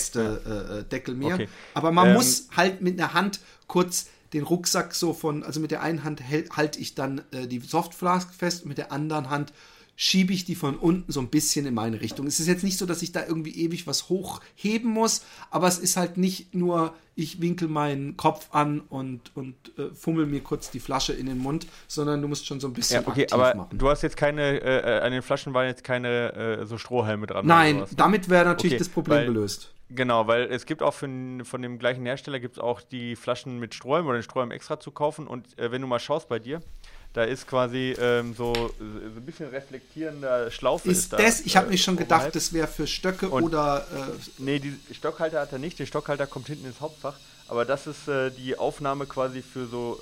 feste Deckel mehr. Okay. Aber man muss halt mit einer Hand kurz den Rucksack also mit der einen Hand halte ich dann die Softflask fest und mit der anderen Hand schiebe ich die von unten so ein bisschen in meine Richtung. Es ist jetzt nicht so, dass ich da irgendwie ewig was hochheben muss, aber es ist halt nicht nur, ich winkel meinen Kopf an und fummel mir kurz die Flasche in den Mund, sondern du musst schon so ein bisschen aktiv aber machen. Du hast jetzt keine, an den Flaschen waren jetzt keine so Strohhalme dran. Nein, oder sowas, ne? Damit wäre natürlich das Problem gelöst. Genau, weil es gibt auch von dem gleichen Hersteller gibt es auch die Flaschen mit Strohhalm oder den Strohhalm extra zu kaufen und wenn du mal schaust bei dir, da ist quasi so ein bisschen reflektierender Schlaufe. Ich habe mich schon gedacht, das wäre für Stöcke oder... Nee, die Stockhalter hat er nicht. Der Stockhalter kommt hinten ins Hauptfach. Aber das ist die Aufnahme quasi für so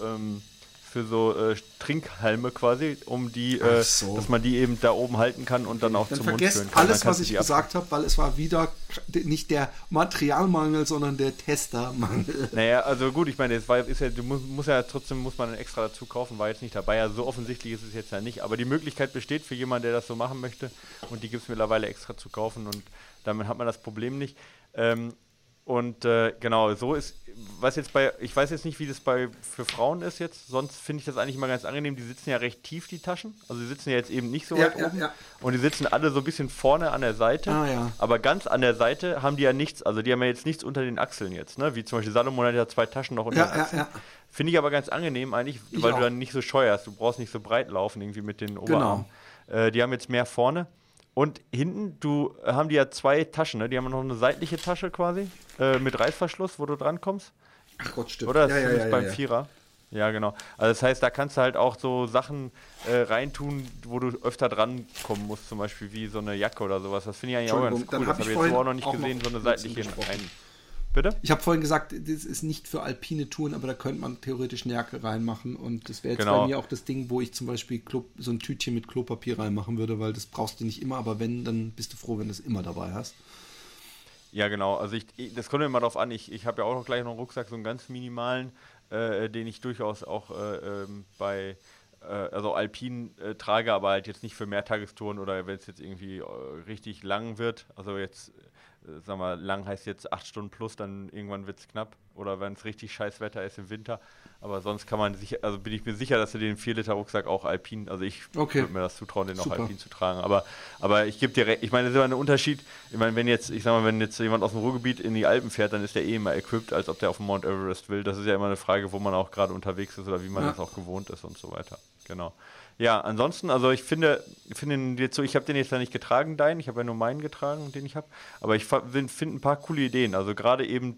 Trinkhalme quasi, um die, dass man die eben da oben halten kann und dann auch zum Mund führen kann. Vergesst alles, was ich gesagt habe, weil es war wieder nicht der Materialmangel, sondern der Testermangel. Naja, also gut, ich meine, muss man extra dazu kaufen, war jetzt nicht dabei. Also so offensichtlich ist es jetzt ja nicht. Aber die Möglichkeit besteht für jemanden, der das so machen möchte und die gibt es mittlerweile extra zu kaufen und damit hat man das Problem nicht. Genau, so ist, ich weiß jetzt nicht, wie das für Frauen ist jetzt, sonst finde ich das eigentlich immer ganz angenehm, die sitzen ja recht tief, die Taschen, also die sitzen ja jetzt eben nicht so weit oben und die sitzen alle so ein bisschen vorne an der Seite, aber ganz an der Seite haben die ja nichts, also die haben ja jetzt nichts unter den Achseln jetzt, ne, wie zum Beispiel Salomon hat ja 2 Taschen noch unter den Achseln. Finde ich aber ganz angenehm eigentlich, weil du dann nicht so scheuerst, du brauchst nicht so breit laufen irgendwie mit den Oberarmen. Genau. Die haben jetzt mehr vorne. Und hinten, haben die ja 2 Taschen, ne? Die haben noch eine seitliche Tasche quasi, mit Reißverschluss, wo du dran kommst. Ach Gott, stimmt. Oder? Das ist beim Vierer. Ja, genau. Also das heißt, da kannst du halt auch so Sachen reintun, wo du öfter dran kommen musst, zum Beispiel wie so eine Jacke oder sowas. Das finde ich eigentlich auch ganz cool. Das habe ich jetzt auch noch nicht gesehen, so eine seitliche rein. Bitte? Ich habe vorhin gesagt, das ist nicht für alpine Touren, aber da könnte man theoretisch eine Jacke reinmachen und das wäre jetzt bei mir auch das Ding, wo ich zum Beispiel so ein Tütchen mit Klopapier reinmachen würde, weil das brauchst du nicht immer, aber wenn, dann bist du froh, wenn du es immer dabei hast. Ja, genau. Also das kommt immer darauf an. Ich habe ja auch noch gleich noch einen Rucksack, so einen ganz minimalen, den ich durchaus auch bei also alpin trage, aber halt jetzt nicht für Mehrtagestouren oder wenn es jetzt irgendwie richtig lang wird. Also jetzt, sag mal, lang heißt jetzt 8 Stunden plus, dann irgendwann wird es knapp. Oder wenn es richtig scheiß Wetter ist im Winter. Aber sonst kann man sich, also bin ich mir sicher, dass du den 4-Liter-Rucksack auch alpin, also ich würde mir das zutrauen, den auch alpin zu tragen. Aber ich gebe dir recht, ich meine, das ist immer ein Unterschied. Ich meine, wenn jetzt jemand aus dem Ruhrgebiet in die Alpen fährt, dann ist der immer equipped, als ob der auf den Mount Everest will. Das ist ja immer eine Frage, wo man auch gerade unterwegs ist oder wie man das auch gewohnt ist und so weiter. Genau. Ja, ansonsten, also ich finde jetzt so, ich habe den jetzt ja nicht getragen, ich habe ja nur meinen getragen, den ich habe. Aber ich finde ein paar coole Ideen. Also gerade eben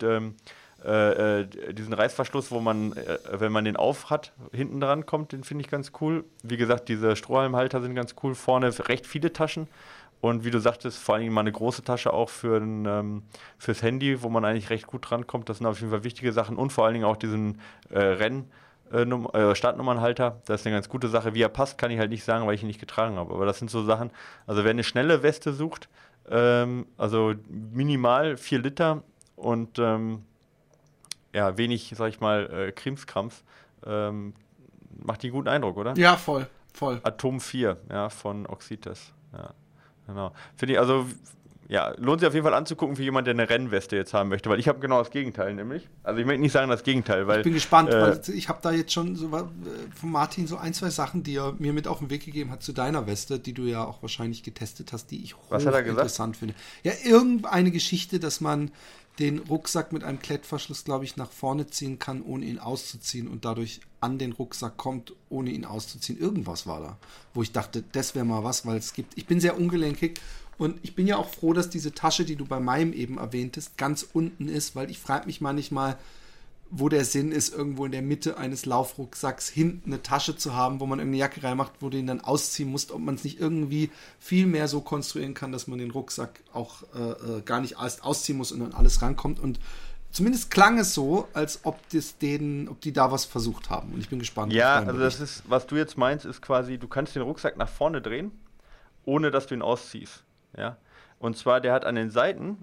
diesen Reißverschluss, wo man, wenn man den auf hat, hinten dran kommt, den finde ich ganz cool. Wie gesagt, diese Strohhalmhalter sind ganz cool. Vorne recht viele Taschen. Und wie du sagtest, vor allem mal eine große Tasche auch fürs Handy, wo man eigentlich recht gut drankommt. Das sind auf jeden Fall wichtige Sachen. Und vor allen Dingen auch diesen Startnummernhalter. Das ist eine ganz gute Sache. Wie er passt, kann ich halt nicht sagen, weil ich ihn nicht getragen habe. Aber das sind so Sachen. Also wer eine schnelle Weste sucht, also minimal 4 Liter und wenig, sag ich mal, Krimskrams, macht die einen guten Eindruck, oder? Ja, voll. Atom 4, ja, von Oxitas. Ja, genau. Finde ich, also, ja, lohnt sich auf jeden Fall anzugucken für jemanden, der eine Rennweste jetzt haben möchte, weil ich habe genau das Gegenteil nämlich. Also ich möchte nicht sagen das Gegenteil, weil... Ich bin gespannt, weil ich habe da jetzt schon so, von Martin so 1, 2 Sachen, die er mir mit auf den Weg gegeben hat zu deiner Weste, die du ja auch wahrscheinlich getestet hast, die ich hochinteressant finde. Ja, irgendeine Geschichte, dass man den Rucksack mit einem Klettverschluss, glaube ich, nach vorne ziehen kann, ohne ihn auszuziehen und dadurch an den Rucksack kommt, ohne ihn auszuziehen. Irgendwas war da, wo ich dachte, das wäre mal was, weil es gibt... Ich bin sehr ungelenkig und ich bin ja auch froh, dass diese Tasche, die du bei meinem eben erwähntest, ganz unten ist, weil ich frage mich manchmal, wo der Sinn ist, irgendwo in der Mitte eines Laufrucksacks hinten eine Tasche zu haben, wo man irgendeine Jacke reinmacht, wo du ihn dann ausziehen musst, ob man es nicht irgendwie viel mehr so konstruieren kann, dass man den Rucksack auch gar nicht erst ausziehen muss und dann alles rankommt. Und zumindest klang es so, als ob die da was versucht haben. Und ich bin gespannt. Ja, also das ist, was du jetzt meinst, ist quasi, du kannst den Rucksack nach vorne drehen, ohne dass du ihn ausziehst. Ja? Und zwar, der hat an den Seiten,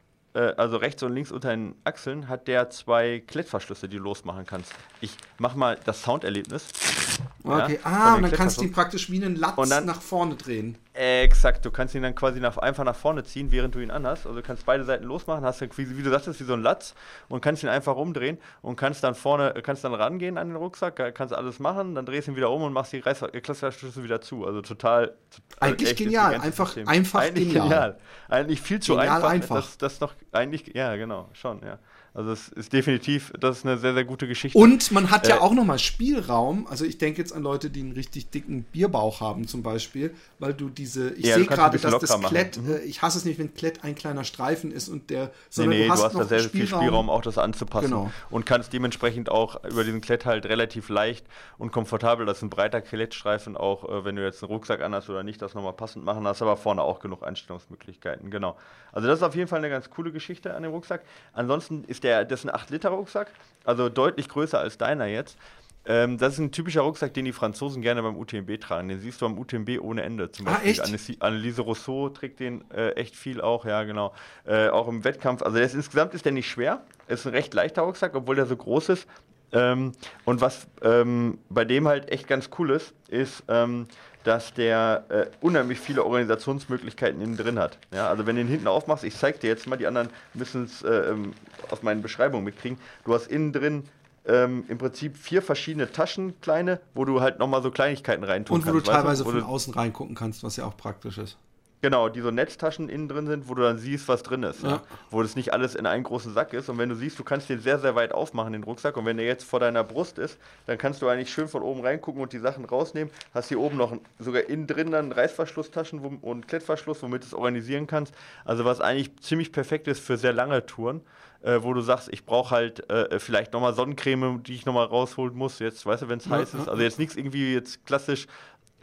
also rechts und links unter den Achseln, hat der 2 Klettverschlüsse, die du losmachen kannst. Ich mach mal das Sounderlebnis. Okay, und dann kannst du ihn praktisch wie einen Latz nach vorne drehen. Exakt, du kannst ihn dann quasi einfach nach vorne ziehen, während du ihn anhast. Also du kannst beide Seiten losmachen, hast dann, wie du sagtest, wie so ein Latz und kannst ihn einfach rumdrehen und kannst dann rangehen an den Rucksack, kannst alles machen, dann drehst ihn wieder um und machst die Klettverschlüsse wieder zu. Also total eigentlich genial, einfach eigentlich genial. Eigentlich viel zu einfach. Das noch eigentlich, ja genau, schon, ja. Also es ist definitiv, das ist eine sehr, sehr gute Geschichte. Und man hat ja auch nochmal Spielraum. Also ich denke jetzt an Leute, die einen richtig dicken Bierbauch haben zum Beispiel, weil du ich sehe gerade, dass das Klett, ich hasse es nicht, wenn Klett ein kleiner Streifen ist und du hast da sehr viel Spielraum, auch das anzupassen. Genau. Und kannst dementsprechend auch über diesen Klett halt relativ leicht und komfortabel, das ist ein breiter Klettstreifen, auch wenn du jetzt einen Rucksack anhast oder nicht, das nochmal passend machen, hast aber vorne auch genug Einstellungsmöglichkeiten, genau. Also das ist auf jeden Fall eine ganz coole Geschichte an dem Rucksack. Ansonsten ist das ist ein 8-Liter-Rucksack, also deutlich größer als deiner jetzt. Das ist ein typischer Rucksack, den die Franzosen gerne beim UTMB tragen. Den siehst du am UTMB ohne Ende. Zum Beispiel Anneliese Rousseau trägt den echt viel auch, ja genau. Auch im Wettkampf. Also insgesamt ist der nicht schwer. Ist ein recht leichter Rucksack, obwohl der so groß ist. Und was bei dem halt echt ganz cool ist, dass der unheimlich viele Organisationsmöglichkeiten innen drin hat. Ja, also wenn du ihn hinten aufmachst, ich zeig dir jetzt mal, die anderen müssen es aus meinen Beschreibungen mitkriegen. Du hast innen drin im Prinzip 4 verschiedene Taschen, kleine, wo du halt nochmal so Kleinigkeiten reintun kannst. Und wo du teilweise von außen reingucken kannst, was ja auch praktisch ist. Genau, die so Netztaschen innen drin sind, wo du dann siehst, was drin ist. Ja. Wo das nicht alles in einen großen Sack ist. Und wenn du siehst, du kannst den sehr, sehr weit aufmachen, den Rucksack. Und wenn der jetzt vor deiner Brust ist, dann kannst du eigentlich schön von oben reingucken und die Sachen rausnehmen. Hast hier oben noch sogar innen drin dann Reißverschlusstaschen und Klettverschluss, womit du es organisieren kannst. Also was eigentlich ziemlich perfekt ist für sehr lange Touren. Wo du sagst, ich brauche halt vielleicht nochmal Sonnencreme, die ich nochmal rausholen muss. Jetzt, weißt du, wenn es heiß ist. Also jetzt nichts irgendwie jetzt klassisch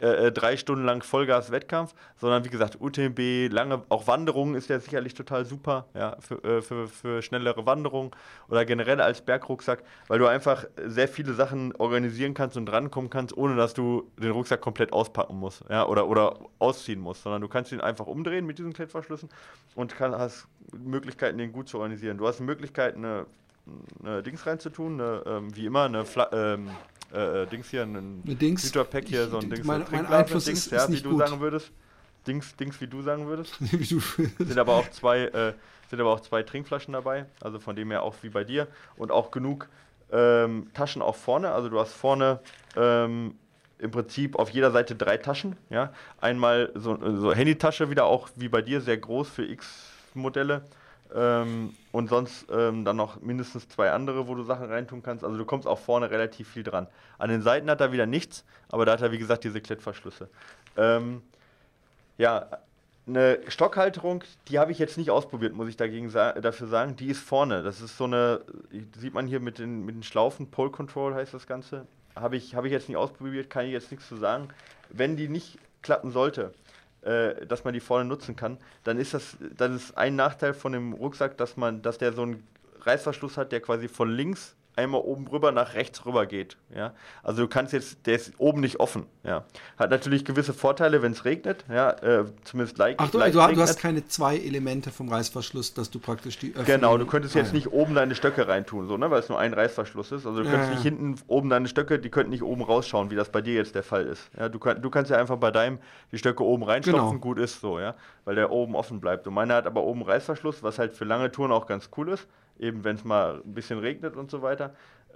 3 Stunden lang Vollgas-Wettkampf, sondern wie gesagt, UTMB, lange, auch Wanderungen ist ja sicherlich total super, ja, für schnellere Wanderungen oder generell als Bergrucksack, weil du einfach sehr viele Sachen organisieren kannst und drankommen kannst, ohne dass du den Rucksack komplett auspacken musst, ja, oder ausziehen musst, sondern du kannst ihn einfach umdrehen mit diesen Klettverschlüssen und hast Möglichkeiten, den gut zu organisieren. Du hast die Möglichkeit, eine Dings reinzutun, wie immer, Dings hier, ein Hydropack hier, so ein Dings, mein Einfluss Dings, ist ja, wie nicht du gut. Sagen würdest. Dings, wie du sagen würdest. Wie du sind aber auch zwei Trinkflaschen dabei, also von dem her auch wie bei dir. Und auch genug Taschen auch vorne, also du hast vorne im Prinzip auf jeder Seite 3 Taschen, ja. Einmal so Handytasche wieder auch wie bei dir, sehr groß für X-Modelle. Und sonst dann noch mindestens 2 andere, wo du Sachen reintun kannst. Also du kommst auch vorne relativ viel dran. An den Seiten hat er wieder nichts, aber da hat er, wie gesagt, diese Klettverschlüsse. Ja, eine Stockhalterung, die habe ich jetzt nicht ausprobiert, muss ich dafür sagen. Die ist vorne. Das ist so eine, sieht man hier mit den Schlaufen, Pole Control heißt das Ganze. Habe ich jetzt nicht ausprobiert, kann ich jetzt nichts zu sagen. Wenn die nicht klappen sollte, dass man die vorne nutzen kann, dann ist das ist ein Nachteil von dem Rucksack, dass der so einen Reißverschluss hat, der quasi von links einmal oben rüber nach rechts rüber geht. Ja? Also du kannst der ist oben nicht offen. Ja? Hat natürlich gewisse Vorteile, wenn es regnet. Ja? Zumindest leicht. Ach, du hast keine 2 Elemente vom Reißverschluss, dass du praktisch die öffnen. Genau, du könntest jetzt nicht oben deine Stöcke reintun, so, ne? Weil es nur ein Reißverschluss ist. Also du könntest nicht hinten oben deine Stöcke, die könnten nicht oben rausschauen, wie das bei dir jetzt der Fall ist. Ja? Du kannst ja einfach bei deinem die Stöcke oben reinstopfen, gut ist so, ja, weil der oben offen bleibt. Und meiner hat aber oben Reißverschluss, was halt für lange Touren auch ganz cool ist. Eben wenn es mal ein bisschen regnet und so weiter.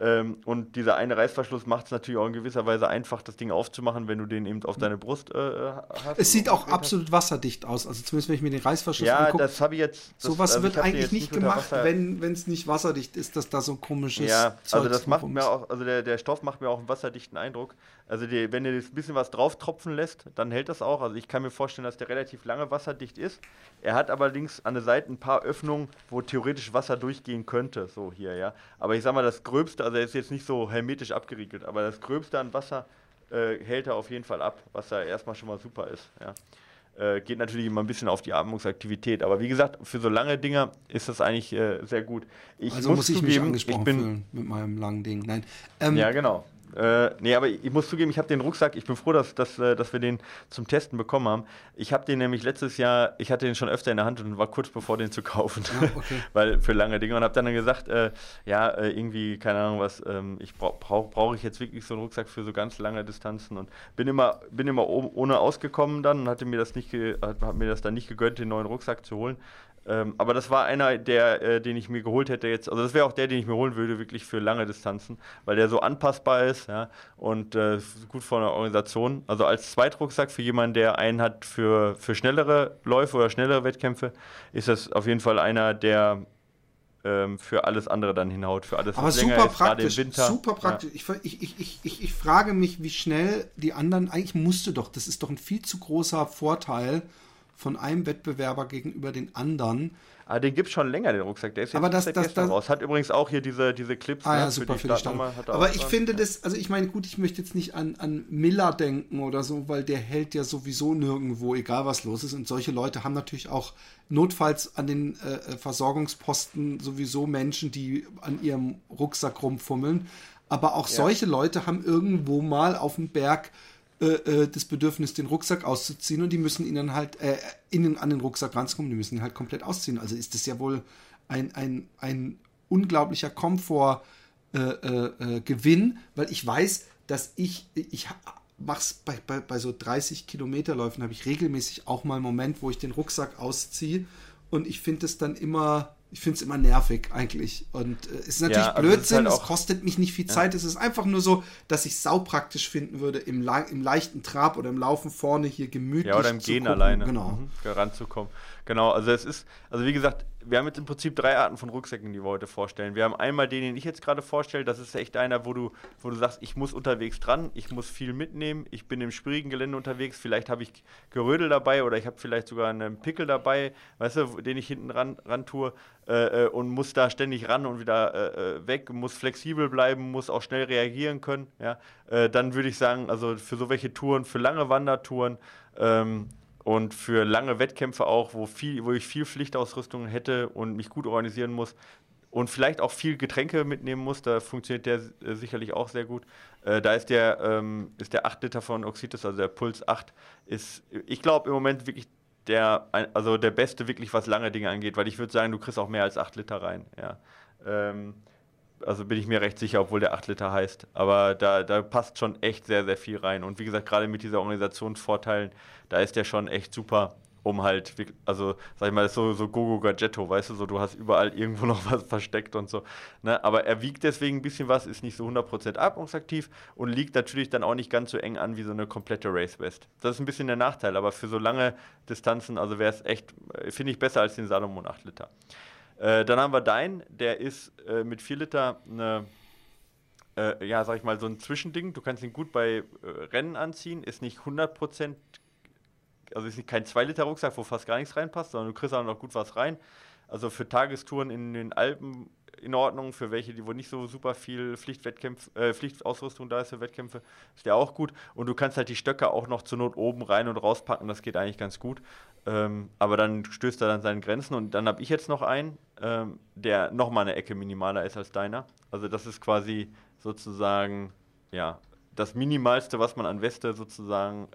Und dieser eine Reißverschluss macht es natürlich auch in gewisser Weise einfach, das Ding aufzumachen, wenn du den eben auf deine Brust hast. Es sieht auch absolut wasserdicht aus, also zumindest wenn ich mir den Reißverschluss angucke. Ja, das habe ich jetzt... Sowas wird eigentlich nicht gemacht, wenn es nicht wasserdicht ist, dass da so ein komisches Zeug also das macht mir auch, also der Stoff macht mir auch einen wasserdichten Eindruck. Also wenn ihr ein bisschen was drauf tropfen lässt, dann hält das auch. Also ich kann mir vorstellen, dass der relativ lange wasserdicht ist. Er hat aber links an der Seite ein paar Öffnungen, wo theoretisch Wasser durchgehen könnte, so hier, ja. Aber ich sag mal, das Gröbste, also er ist jetzt nicht so hermetisch abgeriegelt, aber das Gröbste an Wasser hält er auf jeden Fall ab, was da erstmal schon mal super ist, ja. Geht natürlich immer ein bisschen auf die Atmungsaktivität, aber wie gesagt, für so lange Dinger ist das eigentlich sehr gut. Also muss ich mich angesprochen fühlen mit meinem langen Ding. Nein. Ja, genau. Aber ich muss zugeben, ich habe den Rucksack, ich bin froh, dass wir den zum Testen bekommen haben. Ich habe den nämlich letztes Jahr, ich hatte den schon öfter in der Hand und war kurz bevor, den zu kaufen, okay. Weil für lange Dinge und habe dann gesagt, irgendwie, keine Ahnung was, brauche ich jetzt wirklich so einen Rucksack für so ganz lange Distanzen und bin immer ohne ausgekommen dann und hat mir das dann nicht gegönnt, den neuen Rucksack zu holen. Aber das war einer, den ich mir geholt hätte jetzt, also das wäre auch der, den ich mir holen würde, wirklich für lange Distanzen, weil der so anpassbar ist, ja, und gut von der Organisation. Also als Zweitrucksack für jemanden, der einen hat für schnellere Läufe oder schnellere Wettkämpfe, ist das auf jeden Fall einer, der für alles andere dann hinhaut, für alles, was länger ist, gerade im Winter. Super praktisch. Ja. Ich frage mich, wie schnell die anderen, eigentlich das ist doch ein viel zu großer Vorteil von einem Wettbewerber gegenüber den anderen. Ah, den gibt es schon länger, den Rucksack. Der ist jetzt seit gestern raus. Hat übrigens auch hier diese Clips. Ja, super für die Startnummer. Aber ich finde das, also ich meine, gut, ich möchte jetzt nicht an Miller denken oder so, weil der hält ja sowieso nirgendwo, egal was los ist. Und solche Leute haben natürlich auch notfalls an den Versorgungsposten sowieso Menschen, die an ihrem Rucksack rumfummeln. Aber auch solche Leute haben irgendwo mal auf dem Berg das Bedürfnis, den Rucksack auszuziehen und die müssen ihn dann halt innen an den Rucksack ranzukommen, die müssen ihn halt komplett ausziehen. Also ist das ja wohl ein unglaublicher Komfortgewinn, weil ich weiß, dass ich mach's bei so 30 Kilometerläufen, habe ich regelmäßig auch mal einen Moment, wo ich den Rucksack ausziehe und ich finde es dann immer nervig eigentlich. Und es ist natürlich Blödsinn, es kostet mich nicht viel Zeit. Es ist einfach nur so, dass ich es saupraktisch finden würde, im leichten Trab oder im Laufen vorne hier gemütlich oder im Gehen alleine genau. ranzukommen. Genau, also wie gesagt, wir haben jetzt im Prinzip 3 Arten von Rucksäcken, die wir heute vorstellen. Wir haben einmal den ich jetzt gerade vorstelle, das ist echt einer, wo du sagst, ich muss unterwegs dran, ich muss viel mitnehmen, ich bin im schwierigen Gelände unterwegs, vielleicht habe ich Gerödel dabei oder ich habe vielleicht sogar einen Pickel dabei, weißt du, den ich hinten ran tue und muss da ständig ran und wieder weg, muss flexibel bleiben, muss auch schnell reagieren können, ja. Dann würde ich sagen, also für so welche Touren, für lange Wandertouren, und für lange Wettkämpfe auch, wo ich viel Pflichtausrüstung hätte und mich gut organisieren muss und vielleicht auch viel Getränke mitnehmen muss, da funktioniert der sicherlich auch sehr gut. Da ist der 8 Liter von Oxitis, also der Puls 8, ich glaube im Moment wirklich der Beste, wirklich was lange Dinge angeht, weil ich würde sagen, du kriegst auch mehr als 8 Liter rein. Ja. Also bin ich mir recht sicher, obwohl der 8 Liter heißt. Aber da passt schon echt sehr, sehr viel rein. Und wie gesagt, gerade mit dieser Organisationsvorteilen, da ist der schon echt super, um halt, also sag ich mal, so Gogo Gadgetto, weißt du, so du hast überall irgendwo noch was versteckt und so. Ne? Aber er wiegt deswegen ein bisschen was, ist nicht so 100% atmungsaktiv und liegt natürlich dann auch nicht ganz so eng an wie so eine komplette Race West. Das ist ein bisschen der Nachteil, aber für so lange Distanzen, also wäre es echt, finde ich, besser als den Salomon 8 Liter. Dann haben wir der ist mit 4 Liter sag ich mal, so ein Zwischending. Du kannst ihn gut bei Rennen anziehen, ist nicht 100%, also ist nicht kein 2 Liter Rucksack, wo fast gar nichts reinpasst, sondern du kriegst auch noch gut was rein. Also für Tagestouren in den Alpen in Ordnung, für welche, wo nicht so super viel Pflichtausrüstung da ist für Wettkämpfe, ist der auch gut. Und du kannst halt die Stöcke auch noch zur Not oben rein und rauspacken, das geht eigentlich ganz gut. Aber dann stößt er dann seine Grenzen und dann habe ich jetzt noch einen, der nochmal eine Ecke minimaler ist als deiner. Also das ist quasi sozusagen, ja, das Minimalste, was man an Weste sozusagen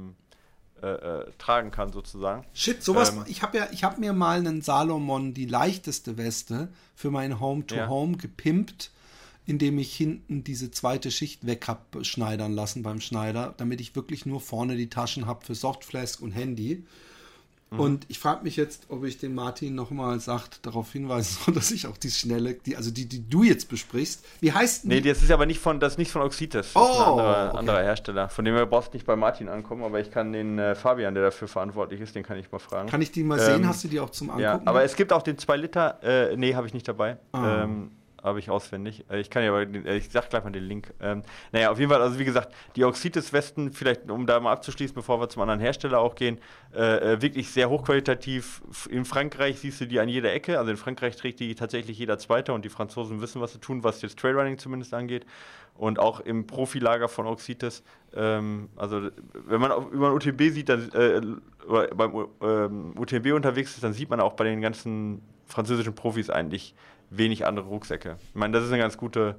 tragen kann sozusagen. Shit, sowas, ich habe mir mal einen Salomon, die leichteste Weste, für mein Home-to-Home gepimpt, indem ich hinten diese zweite Schicht weg habe schneidern lassen beim Schneider, damit ich wirklich nur vorne die Taschen habe für Softflask und Handy. Und ich frage mich jetzt, ob ich den Martin nochmal darauf hinweisen soll, dass ich auch die du jetzt besprichst. Wie heißt die? Nee, das ist aber nicht von Oxitis. Das ist ein anderer Hersteller. Von dem brauchst du nicht bei Martin ankommen, aber ich kann den Fabian, der dafür verantwortlich ist, den kann ich mal fragen. Kann ich die mal sehen? Hast du die auch zum Angucken? Ja, aber es gibt auch den 2 Liter, habe ich nicht dabei. Habe ich auswendig. Ich sag gleich mal den Link. Auf jeden Fall, also wie gesagt, die Oxitis-Westen, vielleicht um da mal abzuschließen, bevor wir zum anderen Hersteller auch gehen, wirklich sehr hochqualitativ. In Frankreich siehst du die an jeder Ecke, also in Frankreich trägt die tatsächlich jeder Zweite und die Franzosen wissen, was sie tun, was jetzt Trailrunning zumindest angeht. Und auch im Profilager von Oxitis, also wenn man über ein UTMB sieht, oder beim UTMB unterwegs ist, dann sieht man auch bei den ganzen französischen Profis eigentlich wenig andere Rucksäcke. Ich meine, das ist eine ganz guter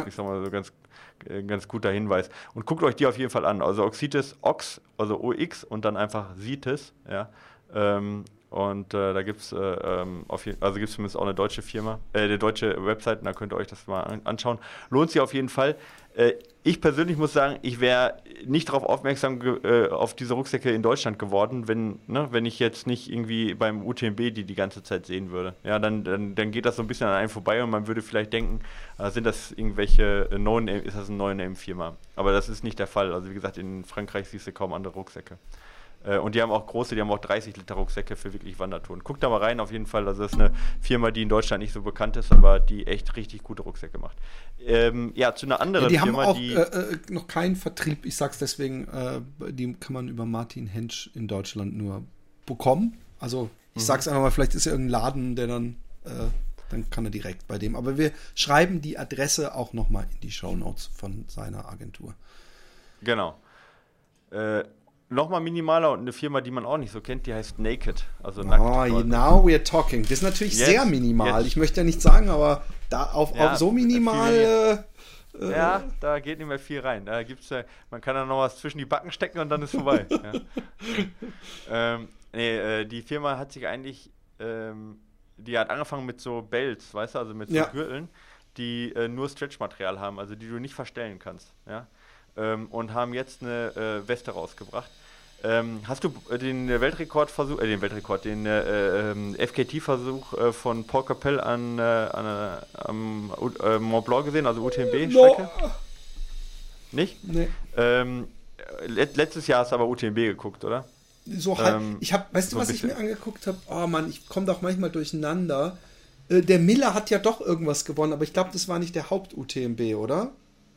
Hinweis. Und guckt euch die auf jeden Fall an. Also Oxitis, also OX und dann einfach Citis, ja. Da gibt es gibt's zumindest auch eine deutsche Firma, eine deutsche Website, und da könnt ihr euch das mal anschauen. Lohnt sich auf jeden Fall. Ich persönlich muss sagen, ich wäre nicht darauf aufmerksam auf diese Rucksäcke in Deutschland geworden, wenn ich jetzt nicht irgendwie beim UTMB die ganze Zeit sehen würde. Ja, dann geht das so ein bisschen an einem vorbei und man würde vielleicht denken, ist das eine No-Name-Firma? Aber das ist nicht der Fall. Also wie gesagt, in Frankreich siehst du kaum andere Rucksäcke. Und die haben auch 30 Liter Rucksäcke für wirklich Wandertouren. Guckt da mal rein auf jeden Fall. Also das ist eine Firma, die in Deutschland nicht so bekannt ist, aber die echt richtig gute Rucksäcke macht. Zu einer anderen Firma, die haben auch noch keinen Vertrieb. Ich sag's deswegen, die kann man über Martin Hensch in Deutschland nur bekommen. Also ich sag's einfach mal, vielleicht ist ja irgendein Laden, der dann kann er direkt bei dem. Aber wir schreiben die Adresse auch nochmal in die Shownotes von seiner Agentur. Genau. Nochmal minimaler und eine Firma, die man auch nicht so kennt, die heißt Naked. Also nackt. Now we're talking. Das ist natürlich sehr minimal. Ich möchte ja nicht sagen, aber da auf so minimal. Da geht nicht mehr viel rein. Da gibt's man kann da noch was zwischen die Backen stecken und dann ist vorbei. Die Firma hat sich eigentlich, die hat angefangen mit so Belts, weißt du, also mit so Gürteln, die nur Stretchmaterial haben, also die du nicht verstellen kannst. Ja. Und haben jetzt eine Weste rausgebracht. Hast du den FKT-Versuch von Paul Capel am Mont Blanc gesehen, also UTMB-Strecke? No. Nicht? Nee. Letztes Jahr hast du aber UTMB geguckt, oder? so halb, weißt du, so was ich mir angeguckt habe? Oh Mann, ich komme doch manchmal durcheinander. Der Miller hat ja doch irgendwas gewonnen, aber ich glaube, das war nicht der Haupt-UTMB, oder?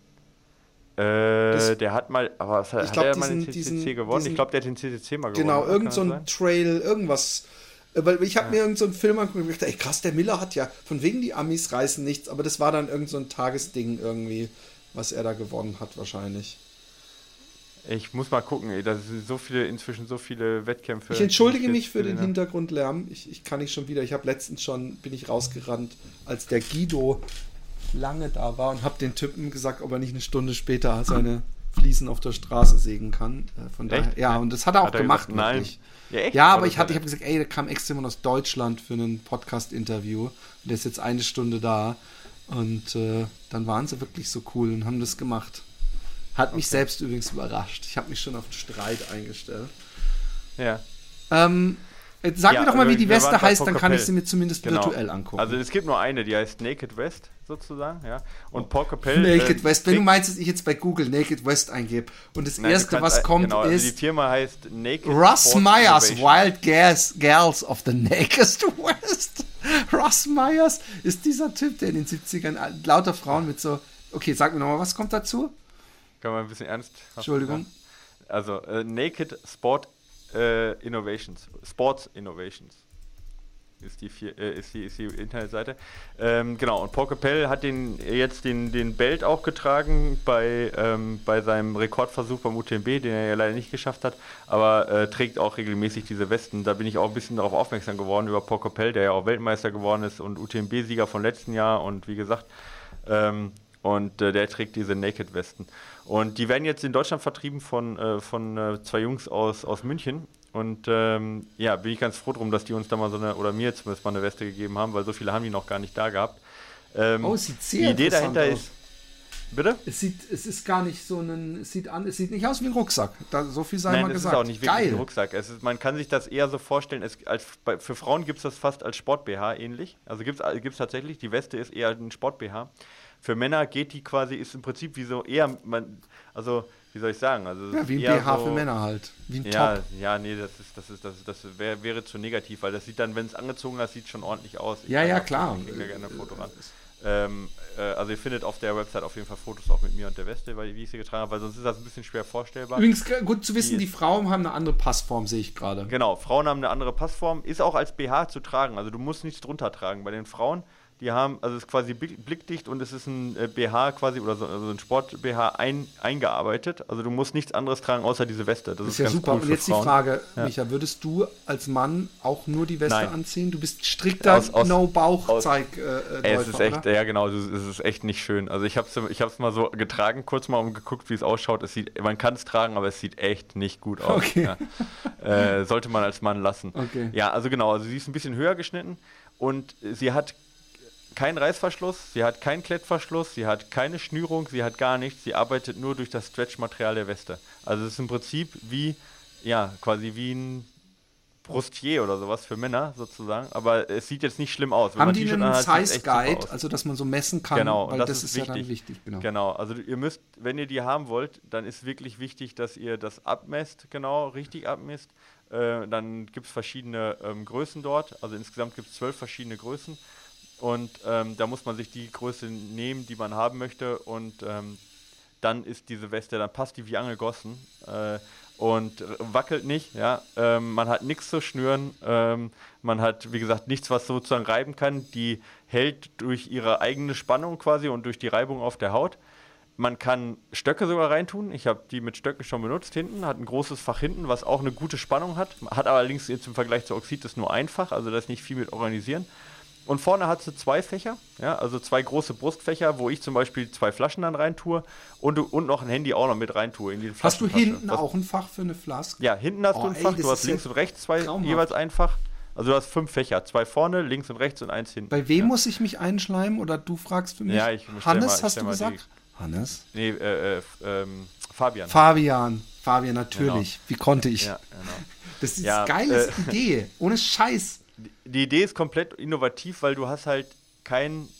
Der hat mal, aber hat er mal den CCC gewonnen? Ich glaube, der hat den CCC mal gewonnen. Genau, irgend so ein Trail, irgendwas. Weil ich habe mir irgend so einen Film angeguckt und gedacht, ey krass, der Miller hat ja, von wegen die Amis reißen nichts, aber das war dann irgend so ein Tagesding irgendwie, was er da gewonnen hat wahrscheinlich. Ich muss mal gucken, ey, da sind inzwischen so viele Wettkämpfe. Ich entschuldige mich für den Hintergrundlärm. Ich kann nicht schon wieder. Ich habe letztens bin ich rausgerannt, als der Guido lange da war und habe den Typen gesagt, ob er nicht eine Stunde später seine Fliesen auf der Straße sägen kann. Von daher, ja, und das hat er auch gemacht. Gesagt, nein. Ja, echt? Ja, aber ich habe gesagt, ey, der kam extra immer aus Deutschland für ein Podcast-Interview. Und der ist jetzt eine Stunde da. Und dann waren sie wirklich so cool und haben das gemacht. Hat mich selbst übrigens überrascht. Ich habe mich schon auf den Streit eingestellt. Ja. Sag mir doch mal, wie die Weste heißt, dann kann ich sie mir zumindest virtuell angucken. Also es gibt nur eine, die heißt Naked West sozusagen, ja. Und Paul Capell... Naked West, wenn du meinst, dass ich jetzt bei Google Naked West eingebe und das Erste, was kommt, genau, ist... Also die Firma heißt Naked Russ Myers, Wild Girls of the Naked West. Russ Myers ist dieser Typ, der in den 70ern lauter Frauen mit so... Okay, sag mir nochmal, was kommt dazu? Kann man ein bisschen ernst... Entschuldigung. Also, Naked Sports Innovations ist die Internetseite. Genau, und Paul Capell hat jetzt den Belt auch getragen bei seinem Rekordversuch beim UTMB, den er ja leider nicht geschafft hat, aber trägt auch regelmäßig diese Westen. Da bin ich auch ein bisschen darauf aufmerksam geworden über Paul Capell, der ja auch Weltmeister geworden ist und UTMB-Sieger von letzten Jahr und wie gesagt, der trägt diese Naked-Westen. Und die werden jetzt in Deutschland vertrieben von zwei Jungs aus München. Und bin ich ganz froh drum, dass die uns da mal oder mir zumindest mal eine Weste gegeben haben, weil so viele haben die noch gar nicht da gehabt. Es sieht sehr die Idee dahinter aus. ist. Bitte? Es ist gar nicht so es sieht nicht aus wie ein Rucksack. So viel sei mal gesagt. Nein, es ist auch nicht wirklich ein Rucksack. Man kann sich das eher so vorstellen, für Frauen gibt es das fast als Sport-BH ähnlich. Also gibt's tatsächlich, die Weste ist eher ein Sport-BH. Für Männer geht die quasi, ist im Prinzip wie so eher, wie soll ich sagen? Also ja, wie ein BH so, für Männer halt. Wie ein Top. Ja, nee, das wäre zu negativ, weil das sieht dann, wenn es angezogen ist, sieht schon ordentlich aus. Klar. Ich kriege gerne ein Foto ran. Also ihr findet auf der Website auf jeden Fall Fotos auch mit mir und der Weste, wie ich sie getragen habe, weil sonst ist das ein bisschen schwer vorstellbar. Übrigens gut zu wissen, die Frauen haben eine andere Passform, sehe ich gerade. Genau, Frauen haben eine andere Passform, ist auch als BH zu tragen, also du musst nichts drunter tragen. Bei den Frauen, die haben, also es ist quasi blickdicht und es ist ein BH quasi oder so, also ein Sport-BH eingearbeitet. Also du musst nichts anderes tragen, außer diese Weste. Das ist ja ganz super. Cool und jetzt Frauen. Die Frage, Micha, würdest du als Mann auch nur die Weste anziehen? Du bist strikter No-Bauch-Zeig-Läufer, es ist echt, oder? Ja genau, es ist echt nicht schön. Also ich hab's mal so getragen, kurz mal geguckt, wie es ausschaut. Man kann es tragen, aber es sieht echt nicht gut aus. Okay. Ja. Sollte man als Mann lassen. Okay. Ja, also genau, sie ist ein bisschen höher geschnitten und sie hat kein Reißverschluss, sie hat keinen Klettverschluss, sie hat keine Schnürung, sie hat gar nichts, sie arbeitet nur durch das Stretch-Material der Weste. Also es ist im Prinzip quasi wie ein Brustier oder sowas für Männer sozusagen, aber es sieht jetzt nicht schlimm aus. Haben die einen Size-Guide, also dass man so messen kann? Genau, weil das ist wichtig. Ja dann wichtig. Genau, also ihr müsst, wenn ihr die haben wollt, dann ist wirklich wichtig, dass ihr das abmesst, genau, richtig abmesst. Dann gibt es verschiedene Größen dort, also insgesamt gibt es 12 verschiedene Größen. Und da muss man sich die Größe nehmen, die man haben möchte. Und dann ist diese Weste, dann passt die wie angegossen und wackelt nicht. Ja? Man hat nichts zu schnüren. Man hat, wie gesagt, nichts, was sozusagen reiben kann. Die hält durch ihre eigene Spannung quasi und durch die Reibung auf der Haut. Man kann Stöcke sogar reintun. Ich habe die mit Stöcken schon benutzt hinten. Hat ein großes Fach hinten, was auch eine gute Spannung hat. Hat allerdings jetzt im Vergleich zu Oxid das nur ein Fach. Also da ist nicht viel mit organisieren. Und vorne hat sie 2 Fächer, ja, also 2 große Brustfächer, wo ich zum Beispiel 2 Flaschen dann reintue und noch ein Handy auch noch mit reintue in die Hast du hinten auch ein Fach für eine Flaske? Ja, hinten hast du ein Fach, du hast links und rechts jeweils ein Fach. Also du hast 5 Fächer, 2 vorne, links und rechts und 1 hinten. Bei wem muss ich mich einschleimen oder du fragst für mich? Ja, Hannes, hast du gesagt? Hannes? Nee, Fabian. Fabian, natürlich. Genau. Wie konnte ich? Ja, genau. Das ist eine geile Idee, ohne Scheiß. Die Idee ist komplett innovativ, weil du hast halt kein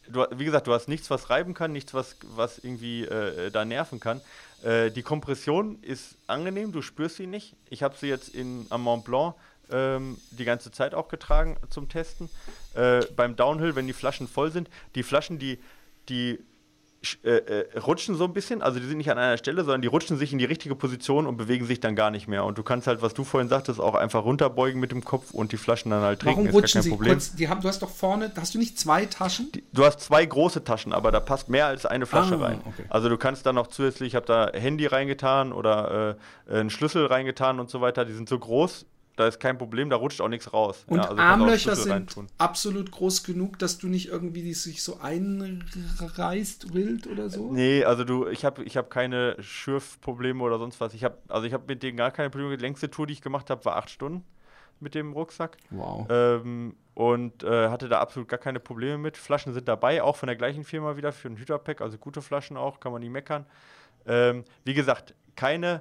wie gesagt, du hast nichts, was reiben kann, nichts, was irgendwie da nerven kann. Die Kompression ist angenehm, du spürst sie nicht. Ich habe sie jetzt am Mont Blanc die ganze Zeit auch getragen zum Testen. Beim Downhill, wenn die Flaschen voll sind, die Flaschen, die rutschen so ein bisschen, also die sind nicht an einer Stelle, sondern die rutschen sich in die richtige Position und bewegen sich dann gar nicht mehr. Und du kannst halt, was du vorhin sagtest, auch einfach runterbeugen mit dem Kopf und die Flaschen dann halt trinken. Warum rutschen sie? Kurz, du hast doch vorne, hast du nicht 2 Taschen? Du hast 2 große Taschen, aber da passt mehr als eine Flasche rein. Okay. Also du kannst dann noch zusätzlich, ich habe da Handy reingetan oder einen Schlüssel reingetan und so weiter, die sind so groß. Da ist kein Problem, da rutscht auch nichts raus. Und also Armlöcher sind absolut groß genug, dass du nicht irgendwie die sich so einreißt wild oder so? Nee, also ich hab keine Schürfprobleme oder sonst was. Ich hab mit denen gar keine Probleme. Die längste Tour, die ich gemacht habe, war 8 Stunden mit dem Rucksack. Wow. Und hatte da absolut gar keine Probleme mit. Flaschen sind dabei, auch von der gleichen Firma wieder für ein Hydra-Pack, also gute Flaschen auch, kann man nie meckern. Wie gesagt, keine...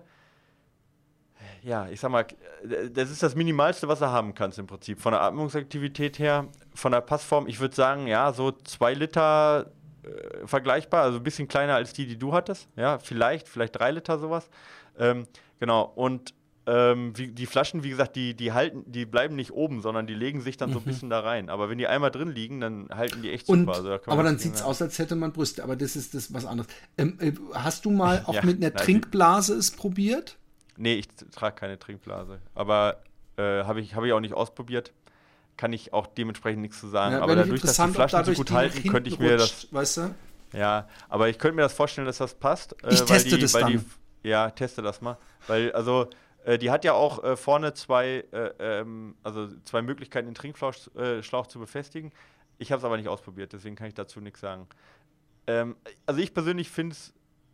Ja, ich sag mal, das ist das Minimalste, was du haben kannst im Prinzip. Von der Atmungsaktivität her, von der Passform, ich würde sagen, ja, so 2 Liter vergleichbar, also ein bisschen kleiner als die du hattest. Ja, vielleicht 3 Liter sowas. Genau, und die Flaschen, wie gesagt, die bleiben nicht oben, sondern die legen sich dann so ein bisschen da rein. Aber wenn die einmal drin liegen, dann halten die echt super. Also aber dann sieht es aus, als hätte man Brüste, aber das ist was anderes. Hast du mal auch mit einer Trinkblase es probiert? Nee, ich trage keine Trinkblase. Aber habe ich auch nicht ausprobiert. Kann ich auch dementsprechend nichts zu sagen. Ja, aber dadurch, dass die Flaschen so gut halten, könnte ich mir das... Weißt du? Ja, aber ich könnte mir das vorstellen, dass das passt. Ich teste das dann. Ja, teste das mal. Weil, also, die hat ja auch vorne 2 Möglichkeiten, den Trinkschlauch zu befestigen. Ich habe es aber nicht ausprobiert, deswegen kann ich dazu nichts sagen. Also ich persönlich finde es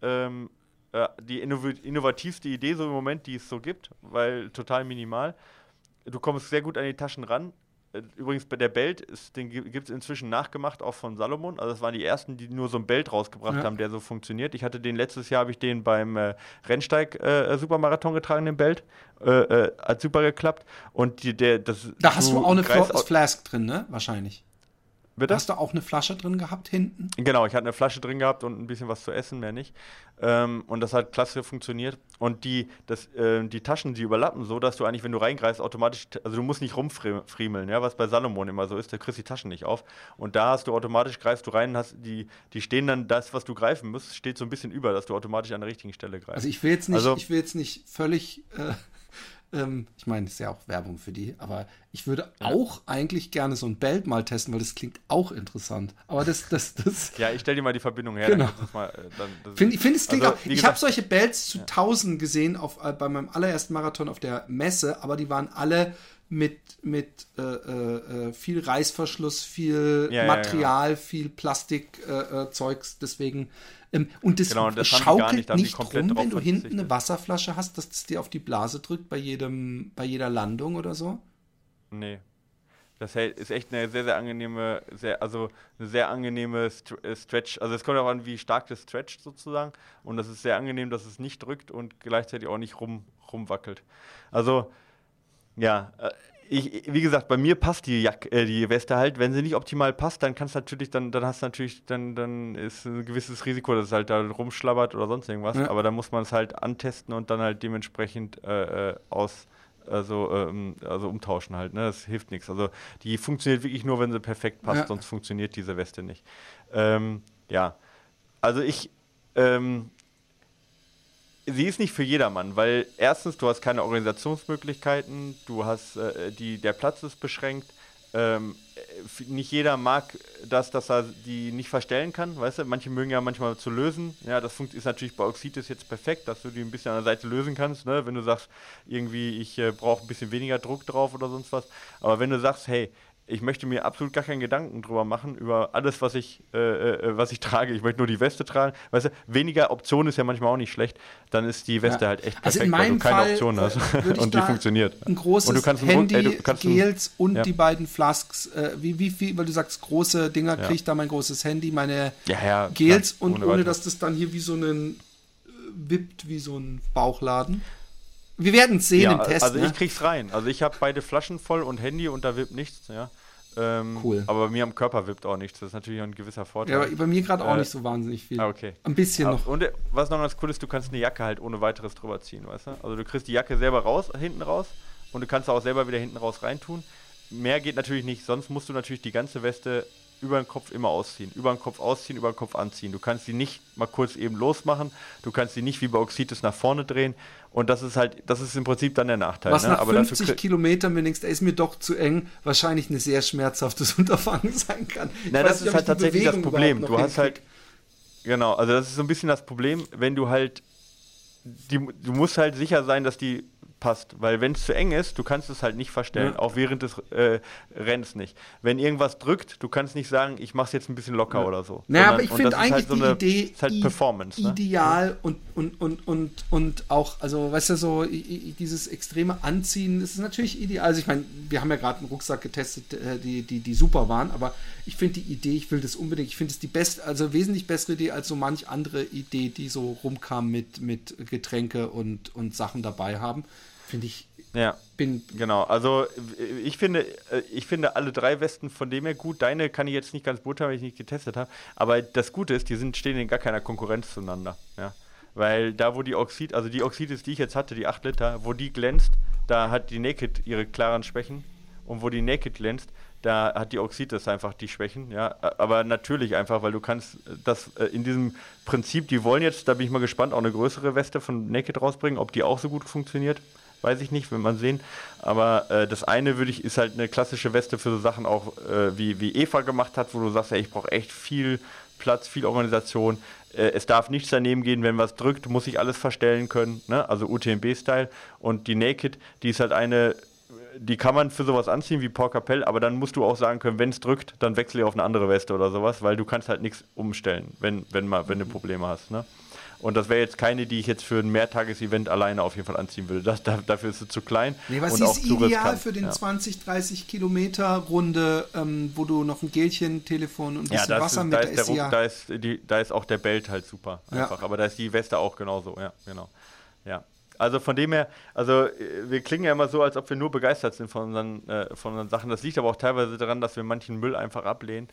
die innovativste Idee so im Moment, die es so gibt, weil total minimal. Du kommst sehr gut an die Taschen ran. Übrigens bei der Belt, den gibt es inzwischen nachgemacht, auch von Salomon. Also das waren die ersten, die nur so einen Belt rausgebracht haben, der so funktioniert. Ich hatte den letztes Jahr, habe ich den beim Rennsteig-Supermarathon getragen, den Belt. Hat super geklappt. Und da hast du auch eine Flask drin, ne? Wahrscheinlich. Bitte? Hast du auch eine Flasche drin gehabt hinten? Genau, ich hatte eine Flasche drin gehabt und ein bisschen was zu essen, mehr nicht. Und das hat klasse funktioniert. Und die Taschen, die überlappen so, dass du eigentlich, wenn du reingreifst, automatisch, also du musst nicht rumfriemeln, ja, was bei Salomon immer so ist, da kriegst du die Taschen nicht auf. Und da hast du automatisch, greifst du rein, die stehen dann, das, was du greifen musst, steht so ein bisschen über, dass du automatisch an der richtigen Stelle greifst. Also ich will jetzt nicht völlig... ich meine, es ist ja auch Werbung für die, aber ich würde auch eigentlich gerne so ein Belt mal testen, weil das klingt auch interessant. Aber das ja, ich stelle dir mal die Verbindung her. Genau. Ich finde, es klingt auch. Ich habe solche Belts zu 1000 gesehen bei meinem allerersten Marathon auf der Messe, aber die waren alle mit viel Reißverschluss, viel Material, viel Plastikzeugs, deswegen. Und das schaukelt nicht rum, wenn du hinten eine Wasserflasche hast, dass es dir auf die Blase drückt bei jeder Landung oder so? Nee. Das ist echt eine sehr, sehr angenehme, eine sehr angenehme Stretch. Also es kommt auch an, wie stark das stretcht sozusagen. Und das ist sehr angenehm, dass es nicht drückt und gleichzeitig auch nicht rumwackelt. Also, ja, wie gesagt, bei mir passt die Weste halt. Wenn sie nicht optimal passt, dann kannst natürlich, dann ist ein gewisses Risiko, dass es halt da rumschlabbert oder sonst irgendwas. Ja. Aber dann muss man es halt antesten und dann halt dementsprechend umtauschen halt. Ne? Das hilft nichts. Also die funktioniert wirklich nur, wenn sie perfekt passt, sonst funktioniert diese Weste nicht. Ja, also sie ist nicht für jedermann, weil erstens, du hast keine Organisationsmöglichkeiten, der Platz ist beschränkt, nicht jeder mag dass er die nicht verstellen kann, weißt du, manche mögen ja manchmal zu lösen, ja, das ist natürlich bei Oxitis jetzt perfekt, dass du die ein bisschen an der Seite lösen kannst, ne, wenn du sagst, irgendwie, ich brauche ein bisschen weniger Druck drauf oder sonst was, aber wenn du sagst, hey, ich möchte mir absolut gar keinen Gedanken drüber machen, über alles, was ich trage. Ich möchte nur die Weste tragen. Weißt du, weniger Optionen ist ja manchmal auch nicht schlecht. Dann ist die Weste halt echt perfekt, weil du keine Option hast. Und die funktioniert. Ein großes Handy, Gels und die beiden Flasks. Wie viel, weil du sagst, große Dinger, kriege ich da mein großes Handy, meine Gels und ohne dass das dann hier wie so einen wippt, wie so ein Bauchladen. Wir werden es sehen im Test. Also ich krieg's rein. Also ich habe beide Flaschen voll und Handy und da wippt nichts. Ja. Cool. Aber bei mir am Körper wippt auch nichts. Das ist natürlich ein gewisser Vorteil. Ja, aber bei mir gerade auch nicht so wahnsinnig viel. Okay. Ein bisschen noch. Und was noch ganz cool ist, du kannst eine Jacke halt ohne weiteres drüber ziehen, weißt du? Also du kriegst die Jacke selber raus, hinten raus, und du kannst auch selber wieder hinten raus reintun. Mehr geht natürlich nicht, sonst musst du natürlich die ganze Weste über den Kopf immer ausziehen. Über den Kopf ausziehen, über den Kopf anziehen. Du kannst die nicht mal kurz eben losmachen, du kannst die nicht wie bei Oxitis nach vorne drehen, und das ist im Prinzip dann der Nachteil. Was ne? nach Aber 50 Kilometern, wenn du denkst, ist mir doch zu eng, wahrscheinlich ein sehr schmerzhaftes Unterfangen sein kann. Na, das ist halt tatsächlich das Problem. Du hast halt, hinkrieg. genau, also das ist so ein bisschen das Problem, wenn du halt, du musst halt sicher sein, dass die passt, weil wenn es zu eng ist, du kannst es halt nicht verstellen, auch während des Rennens nicht. Wenn irgendwas drückt, du kannst nicht sagen, ich mach's jetzt ein bisschen locker oder so. Naja, aber ich finde eigentlich halt so die Idee ist halt Performance, ideal, ne? und auch, also weißt du, so dieses extreme Anziehen, das ist natürlich ideal. Also ich meine, wir haben ja gerade einen Rucksack getestet, die super waren, aber ich finde die Idee, ich will das unbedingt, ich finde es die beste, also wesentlich bessere Idee als so manch andere Idee, die so rumkam mit Getränke und Sachen dabei haben. Finde ich. Ja, genau. Also ich finde alle drei Westen von dem her gut. Deine kann ich jetzt nicht ganz beurteilen, weil ich nicht getestet habe. Aber das Gute ist, stehen in gar keiner Konkurrenz zueinander. Ja? Weil da, wo die Oxitis, die ich jetzt hatte, die 8 Liter, wo die glänzt, da hat die Naked ihre klaren Schwächen. Und wo die Naked glänzt, da hat die Oxitis einfach die Schwächen. Ja? Aber natürlich einfach, weil du kannst das in diesem Prinzip, die wollen jetzt, da bin ich mal gespannt, auch eine größere Weste von Naked rausbringen, ob die auch so gut funktioniert. Weiß ich nicht, will man sehen. Aber das eine ist halt eine klassische Weste für so Sachen auch, wie Eva gemacht hat, wo du sagst, ey, ich brauche echt viel Platz, viel Organisation. Es darf nichts daneben gehen, wenn was drückt, muss ich alles verstellen können. Ne? Also UTMB-Style. Und die Naked, die ist halt die kann man für sowas anziehen wie Port Capell, aber dann musst du auch sagen können, wenn es drückt, dann wechsle ich auf eine andere Weste oder sowas, weil du kannst halt nichts umstellen, wenn du Probleme hast. Ne? Und das wäre jetzt keine, die ich jetzt für ein Mehrtages-Event alleine auf jeden Fall anziehen würde. Dafür ist sie zu klein. Nee, was und ist auch zu ideal riskant. für den 20, 30 Kilometer Runde, wo du noch ein Gelchen, Telefon und ein bisschen Wasser mit da ist auch der Belt halt super einfach. Aber da ist die Weste auch genauso. Ja, genau. Ja. Also von dem her, wir klingen ja immer so, als ob wir nur begeistert sind von unseren Sachen. Das liegt aber auch teilweise daran, dass wir manchen Müll einfach ablehnen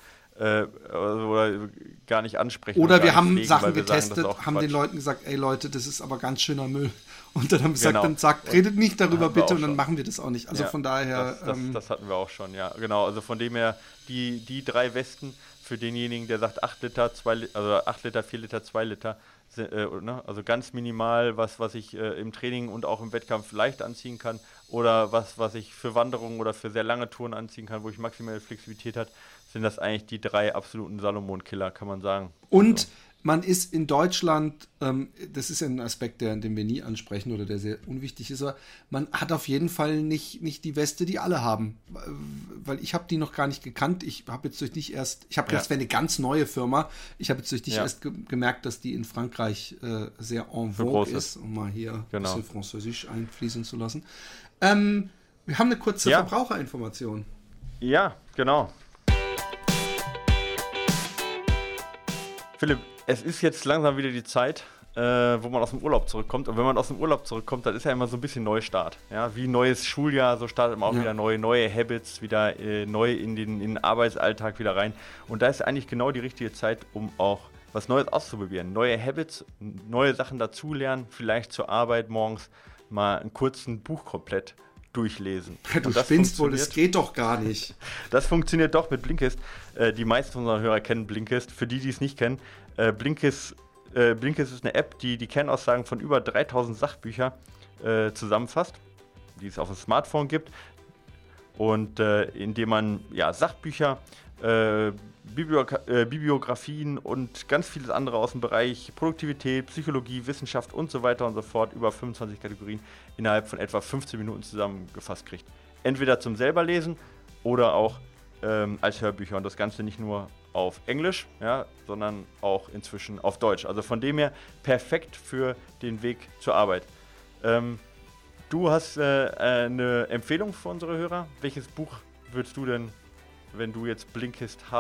oder gar nicht ansprechen. Oder wir haben Sachen getestet, haben den Leuten gesagt, ey Leute, das ist aber ganz schöner Müll. Und dann haben wir gesagt, redet nicht darüber bitte, und dann machen wir das auch nicht. Also von daher... Das hatten wir auch schon, ja. Genau, also von dem her, die 3 Westen für denjenigen, der sagt 8 Liter, 8 Liter, 4 Liter, 2 Liter, also ganz minimal, was ich im Training und auch im Wettkampf leicht anziehen kann, oder was ich für Wanderungen oder für sehr lange Touren anziehen kann, wo ich maximale Flexibilität habe, sind das eigentlich die 3 absoluten Salomon-Killer, kann man sagen. Und man ist in Deutschland, das ist ja ein Aspekt, den wir nie ansprechen oder der sehr unwichtig ist, aber man hat auf jeden Fall nicht die Weste, die alle haben. Weil ich habe die noch gar nicht gekannt. Ich habe jetzt durch dich erst, ich habe gedacht, es wäre eine ganz neue Firma. Ich habe jetzt durch dich erst gemerkt, dass die in Frankreich sehr en vogue ist, um mal hier ein bisschen Französisch einfließen zu lassen. Wir haben eine kurze Verbraucherinformation. Ja, genau. Philipp, es ist jetzt langsam wieder die Zeit, wo man aus dem Urlaub zurückkommt. Und wenn man aus dem Urlaub zurückkommt, dann ist ja immer so ein bisschen Neustart. Ja? Wie neues Schuljahr, so startet man auch wieder neue Habits, wieder neu in den Arbeitsalltag wieder rein. Und da ist eigentlich genau die richtige Zeit, um auch was Neues auszuprobieren. Neue Habits, neue Sachen dazulernen, vielleicht zur Arbeit morgens mal einen kurzen Buch komplett durchlesen. Du spinnst wohl, das geht doch gar nicht. Das funktioniert doch mit Blinkist. Die meisten unserer Hörer kennen Blinkist. Für die es nicht kennen, Blinkist ist eine App, die Kernaussagen von über 3000 Sachbüchern zusammenfasst, die es auf dem Smartphone gibt. Und indem man Sachbücher, Bibliografien und ganz vieles andere aus dem Bereich Produktivität, Psychologie, Wissenschaft und so weiter und so fort, über 25 Kategorien, innerhalb von etwa 15 Minuten zusammengefasst kriegt. Entweder zum selber lesen oder auch als Hörbücher, und das Ganze nicht nur auf Englisch, sondern auch inzwischen auf Deutsch. Also von dem her perfekt für den Weg zur Arbeit. Du hast eine Empfehlung für unsere Hörer. Welches Buch würdest du denn, wenn du jetzt Blinkist haben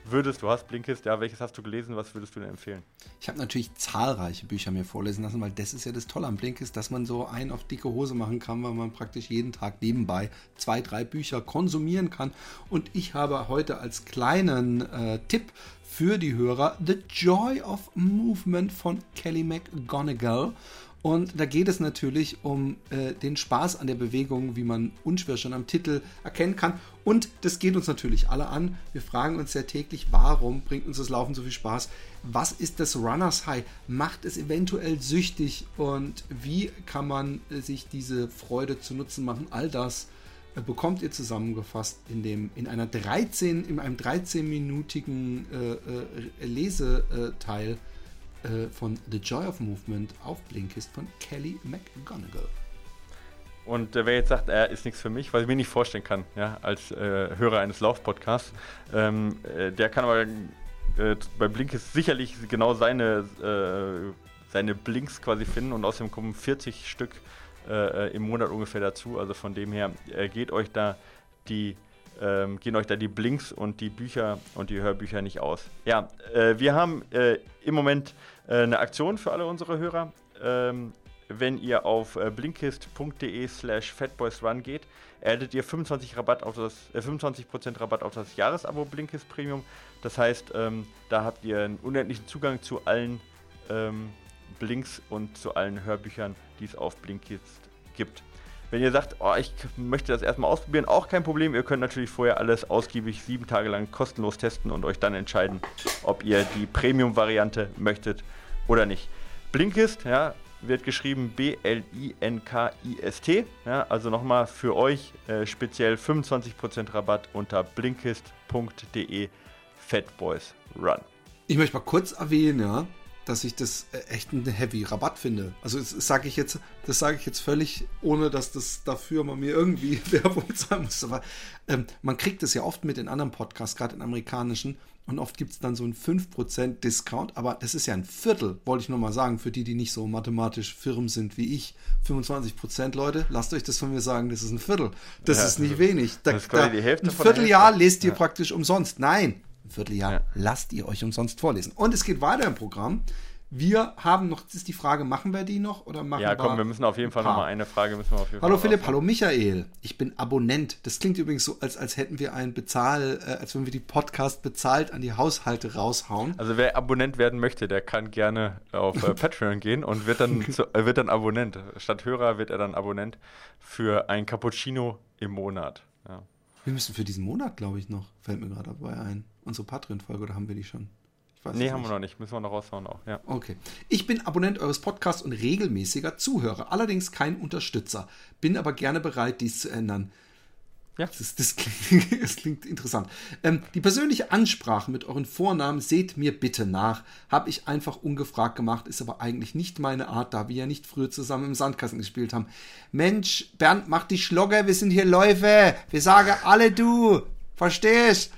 würdest, du hast Blinkist, ja, welches hast du gelesen, was würdest du denn empfehlen? Ich habe natürlich zahlreiche Bücher mir vorlesen lassen, weil das ist ja das Tolle am Blinkist, dass man so einen auf dicke Hose machen kann, weil man praktisch jeden Tag nebenbei 2, 3 Bücher konsumieren kann. Und ich habe heute als kleinen Tipp für die Hörer The Joy of Movement von Kelly McGonigal. Und da geht es natürlich um den Spaß an der Bewegung, wie man unschwer schon am Titel erkennen kann. Und das geht uns natürlich alle an. Wir fragen uns ja täglich, warum bringt uns das Laufen so viel Spaß? Was ist das Runners High? Macht es eventuell süchtig? Und wie kann man sich diese Freude zu Nutzen machen? All das bekommt ihr zusammengefasst in einem 13-minütigen Leseteil von The Joy of Movement auf Blinkist von Kelly McGonigal. Und wer jetzt sagt, er ist nichts für mich, was ich mir nicht vorstellen kann, ja, als Hörer eines Laufpodcasts, der kann aber bei Blinkist sicherlich genau seine Blinks quasi finden und außerdem kommen 40 Stück im Monat ungefähr dazu. Also von dem her gehen euch da die Blinks und die Bücher und die Hörbücher nicht aus. Ja, wir haben im Moment eine Aktion für alle unsere Hörer. Wenn ihr auf blinkist.de/fatboysrun geht, erhaltet ihr 25% Rabatt auf das Jahresabo Blinkist Premium. Das heißt, da habt ihr einen unendlichen Zugang zu allen Blinks und zu allen Hörbüchern, die es auf Blinkist gibt. Wenn ihr sagt, ich möchte das erstmal ausprobieren, auch kein Problem. Ihr könnt natürlich vorher alles ausgiebig 7 Tage lang kostenlos testen und euch dann entscheiden, ob ihr die Premium-Variante möchtet oder nicht. Blinkist, ja, wird geschrieben Blinkist. Ja, also nochmal für euch speziell 25% Rabatt unter blinkist.de/fatboysrun. Ich möchte mal kurz erwähnen, ja, dass ich das echt einen heavy Rabatt finde. Also das sage ich jetzt völlig, ohne dass das dafür man mir irgendwie Werbung zahlen muss. Aber man kriegt es ja oft mit in anderen Podcasts, gerade in amerikanischen, und oft gibt es dann so einen 5% Discount, aber das ist ja ein Viertel, wollte ich nur mal sagen, für die nicht so mathematisch firm sind wie ich. 25%, Leute, lasst euch das von mir sagen, das ist ein Viertel. Das ist nicht wenig. Das ist quasi die Hälfte ein Vierteljahr lest ihr praktisch umsonst. Nein, ein Vierteljahr lasst ihr euch umsonst vorlesen. Und es geht weiter im Programm. Wir haben noch, das ist die Frage, machen wir die noch oder machen wir? Ja, komm, wir müssen auf jeden Fall noch mal eine Frage Hallo Philipp, hallo Michael. Ich bin Abonnent. Das klingt übrigens so, als hätten wir als wenn wir die Podcast bezahlt an die Haushalte raushauen. Also wer Abonnent werden möchte, der kann gerne auf Patreon gehen und wird dann Abonnent. Statt Hörer wird er dann Abonnent für ein Cappuccino im Monat. Ja. Wir müssen für diesen Monat, glaube ich, noch, fällt mir gerade dabei ein, unsere Patreon-Folge, oder haben wir die schon? Nee, haben wir noch nicht. Müssen wir noch raushauen auch, ja. Okay. Ich bin Abonnent eures Podcasts und regelmäßiger Zuhörer, allerdings kein Unterstützer. Bin aber gerne bereit, dies zu ändern. Ja. Das klingt interessant. Die persönliche Ansprache mit euren Vornamen seht mir bitte nach. Habe ich einfach ungefragt gemacht, ist aber eigentlich nicht meine Art, da wir ja nicht früher zusammen im Sandkasten gespielt haben. Mensch, Bernd, mach die Schlogger, wir sind hier Läufe. Wir sagen alle du. Verstehst?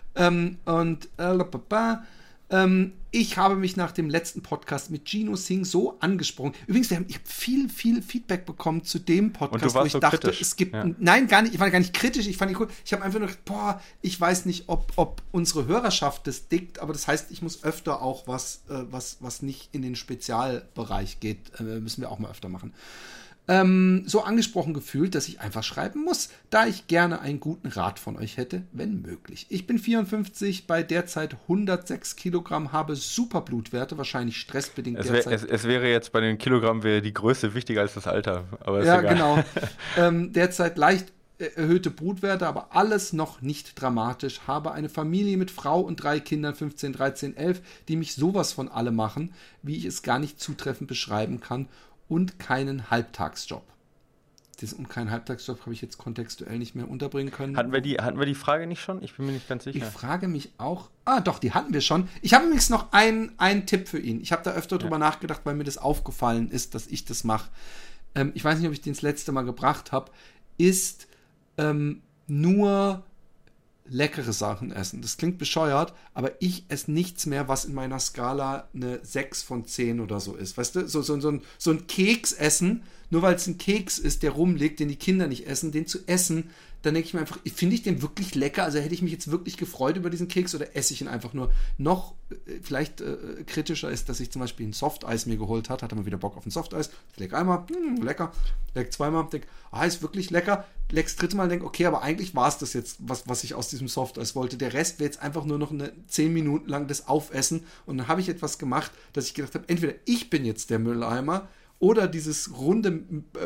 Ich habe mich nach dem letzten Podcast mit Gino Singh so angesprochen. Übrigens, ich habe viel Feedback bekommen zu dem Podcast, wo ich so dachte, kritisch. Es gibt. Ja. Nein, gar nicht. Ich war gar nicht kritisch. Ich fand ihn cool. Ich habe einfach nur gedacht, ich weiß nicht, ob unsere Hörerschaft das dickt, aber das heißt, ich muss öfter auch was nicht in den Spezialbereich geht, müssen wir auch mal öfter machen. So angesprochen gefühlt, dass ich einfach schreiben muss, da ich gerne einen guten Rat von euch hätte, wenn möglich. Ich bin 54, bei derzeit 106 Kilogramm, habe super Blutwerte, wahrscheinlich stressbedingt derzeit. Es wäre jetzt bei den Kilogramm wäre die Größe wichtiger als das Alter. Aber ist ja, egal. Genau. Derzeit leicht erhöhte Blutwerte, aber alles noch nicht dramatisch. Habe eine Familie mit Frau und 3 Kindern, 15, 13, 11, die mich sowas von alle machen, wie ich es gar nicht zutreffend beschreiben kann. Und keinen Halbtagsjob. Und keinen Halbtagsjob habe ich jetzt kontextuell nicht mehr unterbringen können. Hatten wir die Frage nicht schon? Ich bin mir nicht ganz sicher. Ich frage mich auch. Doch, die hatten wir schon. Ich habe übrigens noch einen Tipp für ihn. Ich habe da öfter drüber nachgedacht, weil mir das aufgefallen ist, dass ich das mache. Ich weiß nicht, ob ich den das letzte Mal gebracht habe. Ist nur leckere Sachen essen. Das klingt bescheuert, aber ich esse nichts mehr, was in meiner Skala eine 6 von 10 oder so ist. Weißt du, so ein Keks essen, nur weil es ein Keks ist, der rumliegt, den die Kinder nicht essen, den zu essen, dann denke ich mir einfach, finde ich den wirklich lecker? Also hätte ich mich jetzt wirklich gefreut über diesen Keks oder esse ich ihn einfach nur? Noch vielleicht kritischer ist, dass ich zum Beispiel ein Softeis mir geholt hatte mal wieder Bock auf ein Softeis. Ich leck einmal, lecker, leck zweimal, denk, ist wirklich lecker. Leck's dritte Mal, denk, okay, aber eigentlich war es das jetzt, was ich aus diesem Softeis wollte. Der Rest wäre jetzt einfach nur noch 10 Minuten lang das Aufessen und dann habe ich etwas gemacht, dass ich gedacht habe, entweder ich bin jetzt der Mülleimer oder dieses runde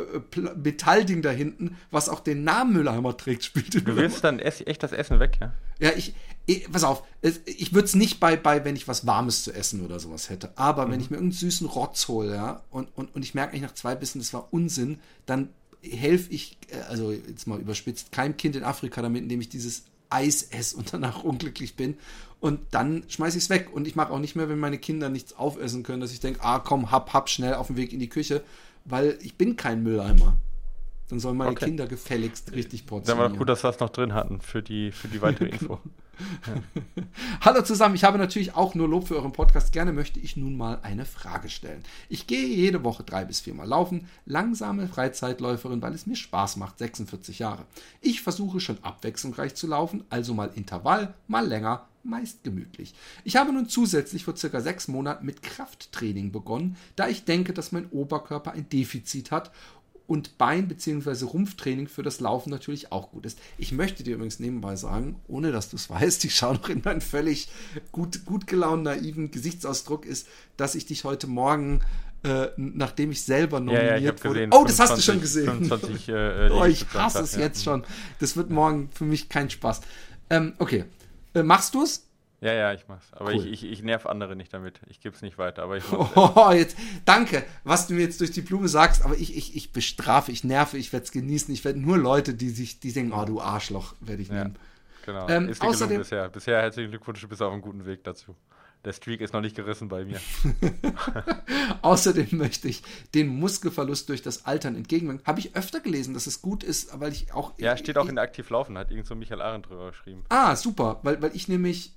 Metallding da hinten, was auch den Namen Mülleimer trägt, spielt. Du willst dann echt das Essen weg, ja? Ja, pass auf, ich würde es nicht wenn ich was Warmes zu essen oder sowas hätte, aber wenn ich mir irgendeinen süßen Rotz hole, ja, und ich merke eigentlich nach 2 Bissen, das war Unsinn, dann helfe ich, also jetzt mal überspitzt, keinem Kind in Afrika damit, indem ich dieses Eis esse und danach unglücklich bin. Und dann schmeiße ich es weg. Und ich mag auch nicht mehr, wenn meine Kinder nichts aufessen können, dass ich denke, komm, hab schnell auf dem Weg in die Küche, weil ich bin kein Mülleimer. Dann sollen meine Kinder gefälligst richtig portionieren. Dann war doch gut, dass wir es noch drin hatten für die weitere Info. Ja. Hallo zusammen, ich habe natürlich auch nur Lob für euren Podcast. Gerne möchte ich nun mal eine Frage stellen. Ich gehe jede Woche 3 bis 4 Mal laufen, langsame Freizeitläuferin, weil es mir Spaß macht, 46 Jahre. Ich versuche schon abwechslungsreich zu laufen, also mal Intervall, mal länger, meist gemütlich. Ich habe nun zusätzlich vor circa 6 Monaten mit Krafttraining begonnen, da ich denke, dass mein Oberkörper ein Defizit hat und Bein- bzw. Rumpftraining für das Laufen natürlich auch gut ist. Ich möchte dir übrigens nebenbei sagen, ohne dass du es weißt, ich schaue noch in meinen völlig gut gelaunten, naiven Gesichtsausdruck, ist, dass ich dich heute Morgen, nachdem ich selber nominiert wurde... Gesehen, oh, das hast du schon gesehen. 25, ich hasse es jetzt schon. Das wird morgen für mich kein Spaß. Okay, machst du es? Ja, ich mach's. Aber cool. ich nerv andere nicht damit. Ich gebe es nicht weiter. Aber ich mach's. Jetzt, danke, was du mir jetzt durch die Blume sagst, aber ich bestrafe, ich nerve, ich werde es genießen. Ich werde nur Leute, die denken, du Arschloch, werde ich nehmen. Genau. Ist dir gelungen bisher. Bisher herzlichen Glückwunsch, du bist auf einem guten Weg dazu. Der Streak ist noch nicht gerissen bei mir. Außerdem möchte ich den Muskelverlust durch das Altern entgegenwirken. Habe ich öfter gelesen, dass es gut ist, weil ich auch... Ja, steht auch in der Aktiv Laufen, hat irgend so Michael Arendt drüber geschrieben. Super, weil ich nämlich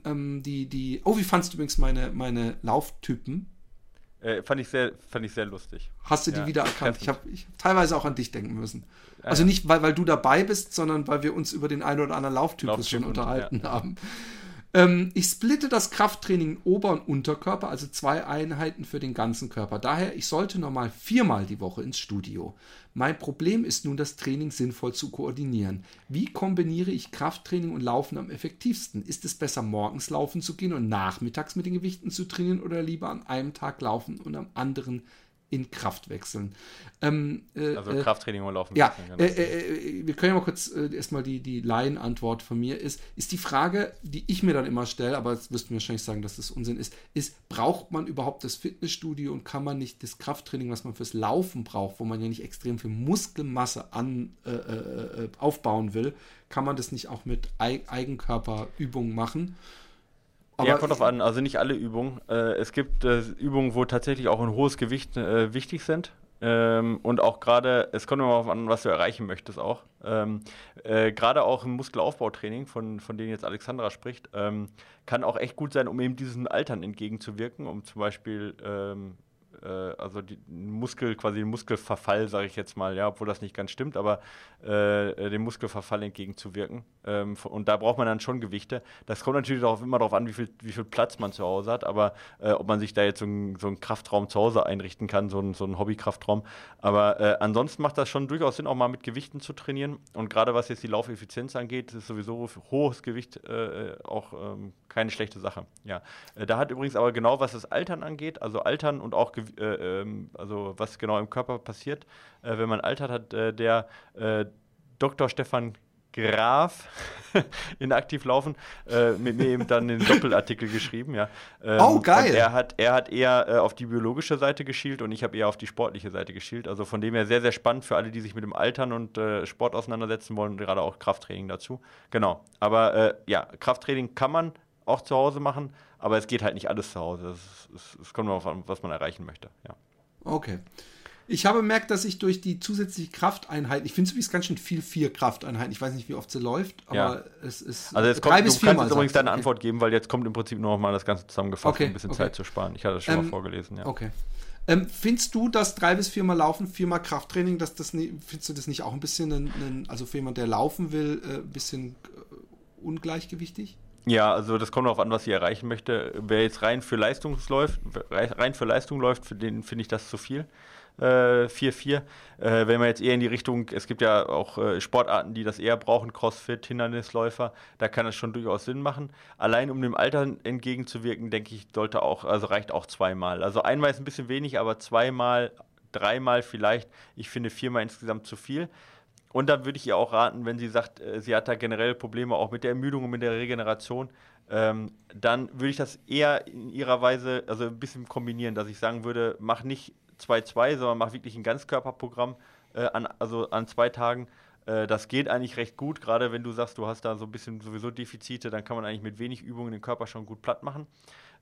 wie fandst du übrigens meine Lauftypen? Fand ich sehr lustig. Hast du die wiedererkannt? Ich hab teilweise auch an dich denken müssen. Also nicht, weil du dabei bist, sondern weil wir uns über den einen oder anderen Lauftypus schon unterhalten haben. Ich splitte das Krafttraining in Ober- und Unterkörper, also 2 Einheiten für den ganzen Körper. Daher, ich sollte normal 4-mal die Woche ins Studio. Mein Problem ist nun, das Training sinnvoll zu koordinieren. Wie kombiniere ich Krafttraining und Laufen am effektivsten? Ist es besser, morgens laufen zu gehen und nachmittags mit den Gewichten zu trainieren oder lieber an einem Tag laufen und am anderen in Kraft wechseln? Also Krafttraining und Laufen. Ja, wir können ja mal kurz erstmal die Laienantwort von mir ist die Frage, die ich mir dann immer stelle, aber jetzt wirst du mir wahrscheinlich sagen, dass das Unsinn ist, braucht man überhaupt das Fitnessstudio und kann man nicht das Krafttraining, was man fürs Laufen braucht, wo man ja nicht extrem viel Muskelmasse aufbauen will, kann man das nicht auch mit Eigenkörperübungen machen? Aber kommt drauf an, also nicht alle Übungen. Es gibt Übungen, wo tatsächlich auch ein hohes Gewicht wichtig sind. Und auch gerade, es kommt immer darauf an, was du erreichen möchtest auch. Gerade auch im Muskelaufbautraining, von dem jetzt Alexandra spricht, kann auch echt gut sein, um eben diesen Altern entgegenzuwirken, um zum Beispiel also den Muskelverfall, sage ich jetzt mal, ja, obwohl das nicht ganz stimmt, aber dem Muskelverfall entgegenzuwirken. Und da braucht man dann schon Gewichte. Das kommt natürlich auch immer darauf an, wie viel Platz man zu Hause hat, aber ob man sich da jetzt so einen Kraftraum zu Hause einrichten kann, so einen Hobby-Kraftraum. Aber ansonsten macht das schon durchaus Sinn, auch mal mit Gewichten zu trainieren. Und gerade was jetzt die Laufeffizienz angeht, ist sowieso hohes Gewicht auch keine schlechte Sache. Ja. Da hat übrigens aber genau, was das Altern angeht, also Altern und auch also was genau im Körper passiert, wenn man altert, hat der Dr. Stefan Graf in Aktiv Laufen mit mir eben dann den Doppelartikel geschrieben. Ja. Geil! Und er hat eher auf die biologische Seite geschielt und ich habe eher auf die sportliche Seite geschielt. Also von dem her sehr, sehr spannend für alle, die sich mit dem Altern und Sport auseinandersetzen wollen, gerade auch Krafttraining dazu. Genau. Aber Krafttraining kann man auch zu Hause machen, aber es geht halt nicht alles zu Hause. Es kommt darauf an, was man erreichen möchte. Ja. Okay. Ich habe bemerkt, dass ich durch die zusätzliche Krafteinheit, ich finde es übrigens ganz schön viel 4 Krafteinheiten, ich weiß nicht, wie oft sie läuft, aber es ist also jetzt 3 bis 4 Mal. Du kannst jetzt übrigens deine Antwort geben, weil jetzt kommt im Prinzip nur noch mal das Ganze zusammengefasst, um ein bisschen Zeit zu sparen. Ich hatte das schon mal vorgelesen. Ja. Okay. Findest du, dass 3 bis 4 Mal Laufen, 4 Mal Krafttraining, findest du das nicht auch ein bisschen, also für jemanden, der laufen will, ein bisschen ungleichgewichtig? Ja, also das kommt darauf an, was sie erreichen möchte. Wer jetzt rein für Leistung läuft, für den finde ich das zu viel. 4-4. Wenn man jetzt eher in die Richtung, es gibt ja auch Sportarten, die das eher brauchen, Crossfit, Hindernisläufer, da kann es schon durchaus Sinn machen. Allein um dem Alter entgegenzuwirken, denke ich, reicht auch 2 Mal. Also einmal ist ein bisschen wenig, aber 2 Mal, 3 Mal vielleicht. Ich finde 4 Mal insgesamt zu viel. Und dann würde ich ihr auch raten, wenn sie sagt, sie hat da generell Probleme auch mit der Ermüdung und mit der Regeneration, dann würde ich das eher in ihrer Weise, also ein bisschen kombinieren, dass ich sagen würde, mach nicht 2-2, sondern mach wirklich ein Ganzkörperprogramm an 2 Tagen. Das geht eigentlich recht gut, gerade wenn du sagst, du hast da so ein bisschen sowieso Defizite, dann kann man eigentlich mit wenig Übungen den Körper schon gut platt machen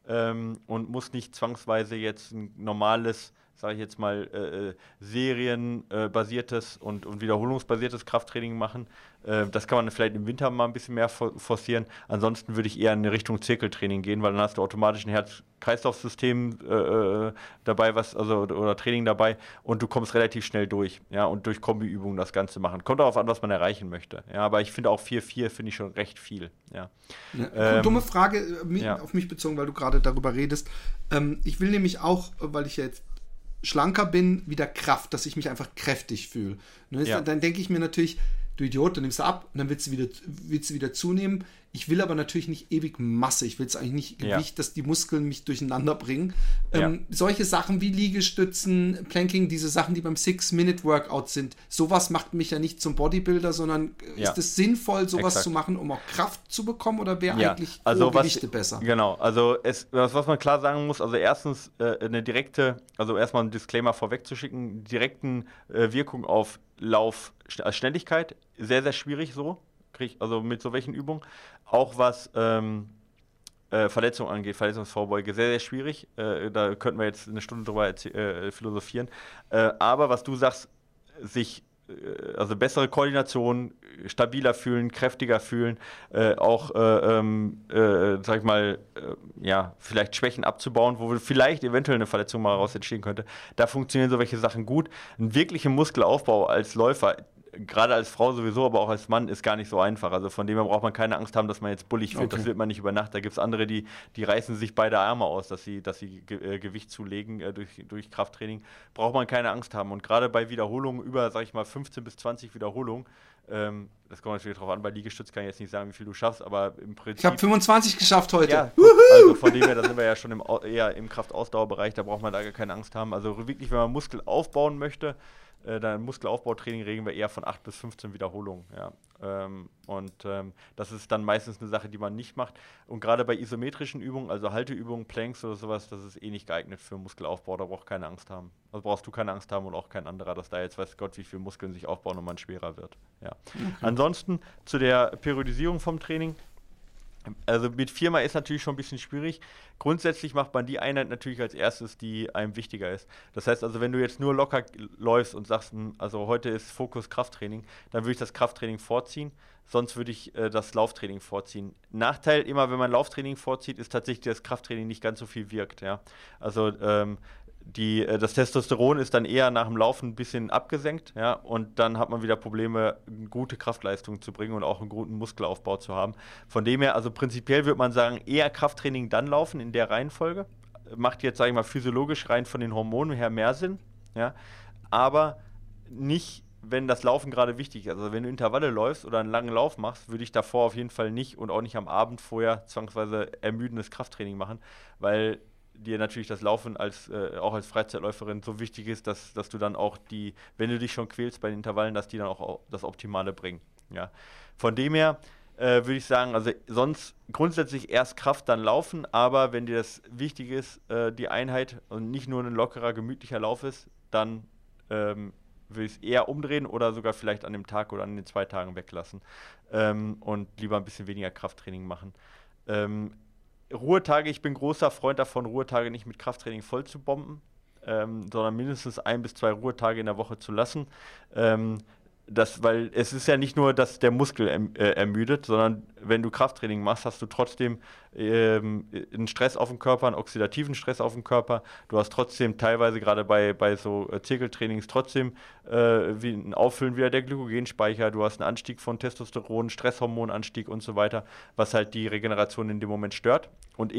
und muss nicht zwangsweise jetzt ein normales, sage ich jetzt mal, serienbasiertes und wiederholungsbasiertes Krafttraining machen. Das kann man vielleicht im Winter mal ein bisschen mehr forcieren. Ansonsten würde ich eher in eine Richtung Zirkeltraining gehen, weil dann hast du automatisch ein Herz-Kreislauf-System dabei, oder Training dabei und du kommst relativ schnell durch. Ja, und durch Kombiübungen das Ganze machen. Kommt darauf an, was man erreichen möchte. Ja, aber ich finde auch 4-4 finde ich schon recht viel. Ja. Dumme Frage auf mich bezogen, weil du gerade darüber redest. Ich will nämlich auch, weil ich ja jetzt schlanker bin, wieder Kraft, dass ich mich einfach kräftig fühle. Dann denke ich mir natürlich, du Idiot, dann nimmst du ab und dann willst du wieder zunehmen. Ich will aber natürlich nicht ewig Masse. Ich will es eigentlich nicht Gewicht, dass die Muskeln mich durcheinander bringen. Solche Sachen wie Liegestützen, Planking, diese Sachen, die beim 6-Minute-Workout sind, sowas macht mich ja nicht zum Bodybuilder, sondern ist es sinnvoll, sowas zu machen, um auch Kraft zu bekommen, oder wäre eigentlich Gewichte besser? Genau, also was man klar sagen muss, also erstens erstmal ein Disclaimer vorwegzuschicken, direkten Wirkung auf Laufschnelligkeit, sehr, sehr schwierig also mit so welchen Übungen. Auch was Verletzungen angeht, Verletzungsvorbeuge, sehr, sehr schwierig. Da könnten wir jetzt eine Stunde drüber philosophieren. Aber was du sagst, also bessere Koordination, stabiler fühlen, kräftiger fühlen, auch, sag ich mal, vielleicht Schwächen abzubauen, wo vielleicht eventuell eine Verletzung mal raus entstehen könnte. Da funktionieren solche Sachen gut. Ein wirklicher Muskelaufbau als Läufer, gerade als Frau sowieso, aber auch als Mann, ist gar nicht so einfach. Also von dem her braucht man keine Angst haben, dass man jetzt bullig wird. Okay. Das wird man nicht über Nacht. Da gibt es andere, die reißen sich beide Arme aus, dass sie Gewicht zulegen durch Krafttraining. Braucht man keine Angst haben. Und gerade bei Wiederholungen über, sag ich mal, 15 bis 20 Wiederholungen, das kommt natürlich darauf an, bei Liegestütz kann ich jetzt nicht sagen, wie viel du schaffst, aber im Prinzip... Ich habe 25 geschafft heute. Ja, also von dem her, da sind wir ja schon eher im Kraftausdauerbereich, da braucht man da gar keine Angst haben. Also wirklich, wenn man Muskel aufbauen möchte, dann Muskelaufbautraining reden wir eher von 8 bis 15 Wiederholungen. Ja. Das ist dann meistens eine Sache, die man nicht macht. Und gerade bei isometrischen Übungen, also Halteübungen, Planks oder sowas, das ist nicht geeignet für Muskelaufbau. Da braucht keine Angst haben. Also brauchst du keine Angst haben und auch kein anderer, dass da jetzt weiß Gott, wie viele Muskeln sich aufbauen und man schwerer wird. Ja. Okay. Ansonsten zu der Periodisierung vom Training. Also mit 4 Mal ist natürlich schon ein bisschen schwierig. Grundsätzlich macht man die Einheit natürlich als erstes, die einem wichtiger ist. Das heißt also, wenn du jetzt nur locker läufst und sagst, also heute ist Fokus Krafttraining, dann würde ich das Krafttraining vorziehen. Sonst würde ich das Lauftraining vorziehen. Nachteil immer, wenn man Lauftraining vorzieht, ist tatsächlich, dass Krafttraining nicht ganz so viel wirkt. Ja? Also das Testosteron ist dann eher nach dem Laufen ein bisschen abgesenkt, ja, und dann hat man wieder Probleme, eine gute Kraftleistung zu bringen und auch einen guten Muskelaufbau zu haben. Von dem her, also prinzipiell würde man sagen, eher Krafttraining, dann Laufen in der Reihenfolge. Macht jetzt, sage ich mal, physiologisch rein von den Hormonen her mehr Sinn, ja, aber nicht, wenn das Laufen gerade wichtig ist. Also wenn du Intervalle läufst oder einen langen Lauf machst, würde ich davor auf jeden Fall nicht und auch nicht am Abend vorher zwangsweise ermüdendes Krafttraining machen, weil dir natürlich das Laufen auch als Freizeitläuferin so wichtig ist, dass du dann auch wenn du dich schon quälst bei den Intervallen, dass die dann auch das Optimale bringen. Ja. Von dem her würde ich sagen, also sonst grundsätzlich erst Kraft, dann Laufen, aber wenn dir das wichtig ist, die Einheit und nicht nur ein lockerer, gemütlicher Lauf ist, dann würde ich es eher umdrehen oder sogar vielleicht an dem Tag oder an den 2 Tagen weglassen und lieber ein bisschen weniger Krafttraining machen. Ruhetage, ich bin großer Freund davon, Ruhetage nicht mit Krafttraining voll zu bomben, sondern mindestens 1 bis 2 Ruhetage in der Woche zu lassen. weil es ist ja nicht nur, dass der Muskel ermüdet, sondern wenn du Krafttraining machst, hast du trotzdem einen Stress auf dem Körper, einen oxidativen Stress auf dem Körper. Du hast trotzdem teilweise gerade bei so Zirkeltrainings trotzdem wie ein Auffüllen wieder der Glykogenspeicher. Du hast einen Anstieg von Testosteron, Stresshormonanstieg und so weiter, was halt die Regeneration in dem Moment stört und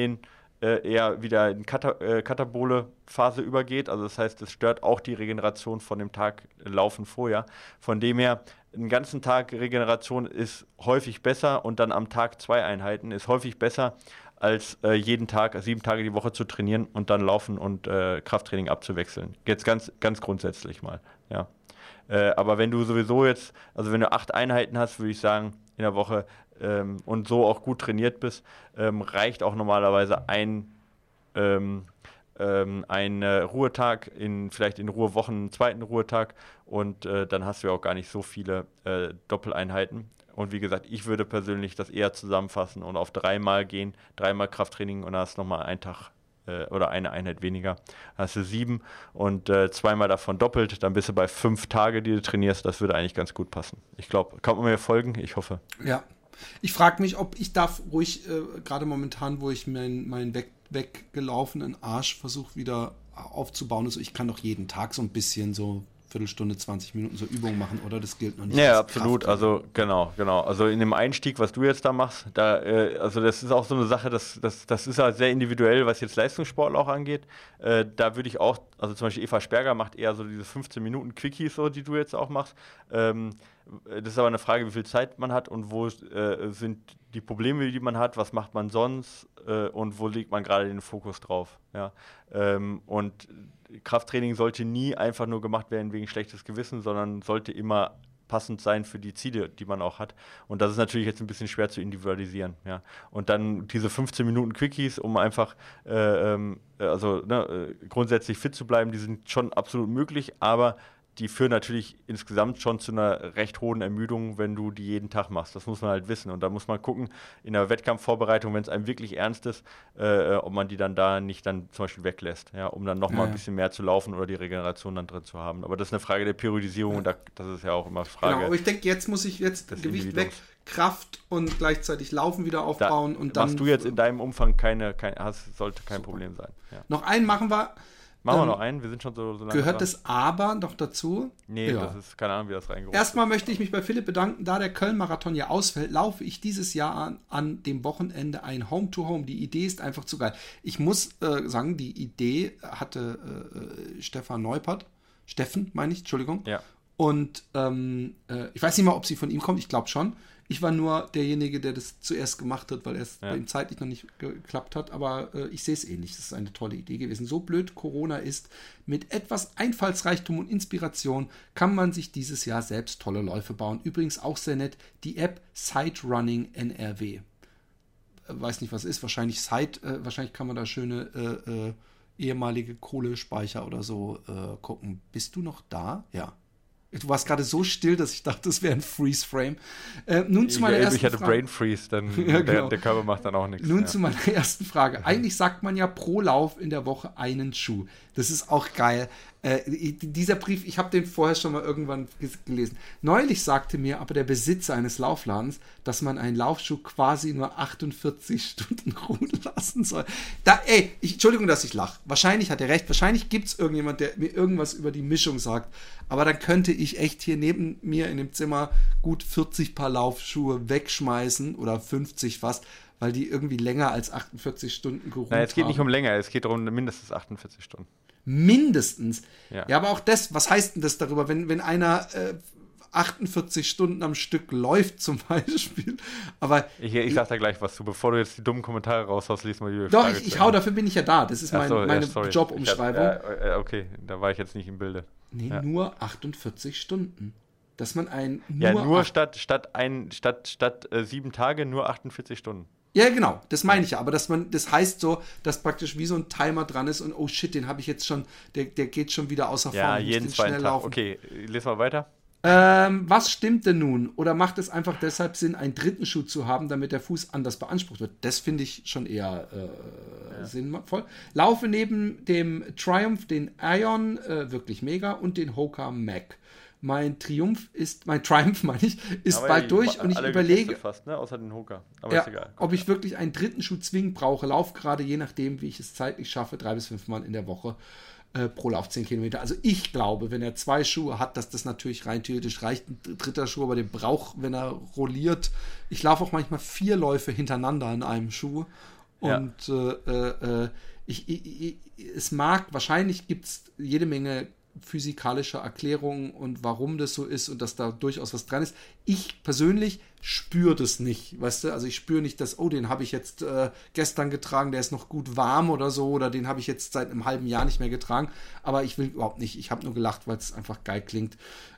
eher wieder in katabole Phase übergeht. Also das heißt, es stört auch die Regeneration von dem Tag Laufen vorher. Von dem her, einen ganzen Tag Regeneration ist häufig besser und dann am Tag 2 Einheiten ist häufig besser, als jeden Tag, 7 Tage die Woche zu trainieren und dann Laufen und Krafttraining abzuwechseln. Jetzt ganz, ganz grundsätzlich mal, ja. Aber wenn du sowieso also wenn du 8 Einheiten hast, würde ich sagen, in der Woche und so auch gut trainiert bist, reicht auch normalerweise ein Ruhetag, vielleicht in Ruhewochen einen zweiten Ruhetag und dann hast du ja auch gar nicht so viele Doppeleinheiten. Und wie gesagt, ich würde persönlich das eher zusammenfassen und auf 3-mal gehen, 3-mal Krafttraining und dann hast du nochmal einen Tag oder eine Einheit weniger, hast du 7 und 2-mal davon doppelt, dann bist du bei 5 Tage, die du trainierst, das würde eigentlich ganz gut passen. Ich glaube, kann man mir folgen? Ich hoffe. Ja. Ich frage mich, ob ich darf ruhig, gerade momentan, wo ich meinen weggelaufenen Arsch versuche wieder aufzubauen, also ich kann doch jeden Tag so ein bisschen so Viertelstunde, 20 Minuten so Übungen machen, oder? Das gilt noch nicht. Ja, absolut. Also genau. Also in dem Einstieg, was du jetzt da machst, also das ist auch so eine Sache, das ist halt sehr individuell, was jetzt Leistungssport auch angeht. Da würde ich auch, also zum Beispiel Eva Sperger macht eher so diese 15 Minuten Quickies, so, die du jetzt auch machst. Das ist aber eine Frage, wie viel Zeit man hat und wo sind die Probleme, die man hat, was macht man sonst und wo legt man gerade den Fokus drauf. Ja? Und Krafttraining sollte nie einfach nur gemacht werden wegen schlechtes Gewissen, sondern sollte immer passend sein für die Ziele, die man auch hat. Und das ist natürlich jetzt ein bisschen schwer zu individualisieren. Ja? Und dann diese 15 Minuten Quickies, um einfach grundsätzlich fit zu bleiben, die sind schon absolut möglich, aber die führen natürlich insgesamt schon zu einer recht hohen Ermüdung, wenn du die jeden Tag machst. Das muss man halt wissen. Und da muss man gucken, in der Wettkampfvorbereitung, wenn es einem wirklich ernst ist, ob man die dann da nicht dann zum Beispiel weglässt, ja, um dann nochmal ein bisschen mehr zu laufen oder die Regeneration dann drin zu haben. Aber das ist eine Frage der Priorisierung und das ist ja auch immer Frage. Genau, aber ich denke, jetzt muss ich Gewicht weg, Kraft und gleichzeitig Laufen wieder aufbauen. Und dann machst du jetzt in deinem Umfang sollte kein Problem sein. Ja. Noch einen machen wir. Machen wir noch einen, wir sind schon so lange gehört dran. Das Aber noch dazu? Nee, ja. Das ist keine Ahnung, wie das reingerutscht ist. Erstmal möchte ich mich bei Philipp bedanken, da der Köln-Marathon ja ausfällt, laufe ich dieses Jahr an dem Wochenende ein Home-to-Home. Die Idee ist einfach zu geil. Ich muss sagen, die Idee hatte Steffen, Entschuldigung. Ja. Und ich weiß nicht mal, ob sie von ihm kommt, ich glaube schon. Ich war nur derjenige, der das zuerst gemacht hat, weil es bei ihm zeitlich noch nicht geklappt hat. Aber ich sehe es ähnlich. Das ist eine tolle Idee gewesen. So blöd Corona ist, mit etwas Einfallsreichtum und Inspiration kann man sich dieses Jahr selbst tolle Läufe bauen. Übrigens auch sehr nett, die App Siderunning NRW. Weiß nicht, was ist. Wahrscheinlich kann man da schöne ehemalige Kohlespeicher oder so gucken. Bist du noch da? Ja. Du warst gerade so still, dass ich dachte, das wäre ein Freeze-Frame. Nun zu meiner ersten Frage. Ich hatte Brain Freeze, dann ja, genau. der Körper macht dann auch nichts. Nun zu meiner ersten Frage. Eigentlich sagt man ja pro Lauf in der Woche einen Schuh. Das ist auch geil. Dieser Brief, ich habe den vorher schon mal irgendwann gelesen. Neulich sagte mir aber der Besitzer eines Laufladens, dass man einen Laufschuh quasi nur 48 Stunden ruhen lassen soll. Entschuldigung, dass ich lache. Wahrscheinlich hat er recht. Wahrscheinlich gibt es irgendjemand, der mir irgendwas über die Mischung sagt. Aber dann könnte ich echt hier neben mir in dem Zimmer gut 40 Paar Laufschuhe wegschmeißen oder 50 fast, weil die irgendwie länger als 48 Stunden geruht haben. Nein, es geht nicht um länger, es geht um mindestens 48 Stunden. Mindestens? Ja, aber auch das, was heißt denn das darüber, wenn einer 48 Stunden am Stück läuft zum Beispiel? Aber ich sag da gleich was zu. Bevor du jetzt die dummen Kommentare raushaust, lies mal die Doch, dafür bin ich ja da. Das ist meine Jobumschreibung. Okay, da war ich jetzt nicht im Bilde. Nee, nur 48 Stunden. Dass man statt 7 Tage nur 48 Stunden. Ja, genau, das meine ich ja. Aber das heißt so, dass praktisch wie so ein Timer dran ist und oh shit, den habe ich jetzt schon, der geht schon wieder außer Form. Ja, jeden zweiten Tag. Okay, les mal weiter. Was stimmt denn nun? Oder macht es einfach deshalb Sinn, einen dritten Schuh zu haben, damit der Fuß anders beansprucht wird? Das finde ich schon eher sinnvoll. Laufe neben dem Triumph den Ion, wirklich mega, und den Hoka Mac. mein Triumph meine ich, ist Aber bald durch und ich alle überlege, getestet fast, ne? Außer den Hoka. Aber ja, ist egal. ob ich wirklich einen dritten Schuh zwingend brauche. Lauf gerade, je nachdem, wie ich es zeitlich schaffe, 3 bis 5 Mal in der Woche pro Lauf 10 Kilometer. Also ich glaube, wenn er 2 Schuhe hat, dass das natürlich rein theoretisch reicht. Ein dritter Schuh, aber den braucht, wenn er rolliert. Ich laufe auch manchmal 4 Läufe hintereinander in einem Schuh. Und wahrscheinlich gibt es jede Menge physikalische Erklärungen und warum das so ist und dass da durchaus was dran ist. Ich persönlich spüre das nicht, weißt du? Also ich spüre nicht, dass, den habe ich jetzt gestern getragen, der ist noch gut warm oder so, oder den habe ich jetzt seit einem halben Jahr nicht mehr getragen, aber ich will überhaupt nicht. Ich habe nur gelacht, weil es einfach geil klingt.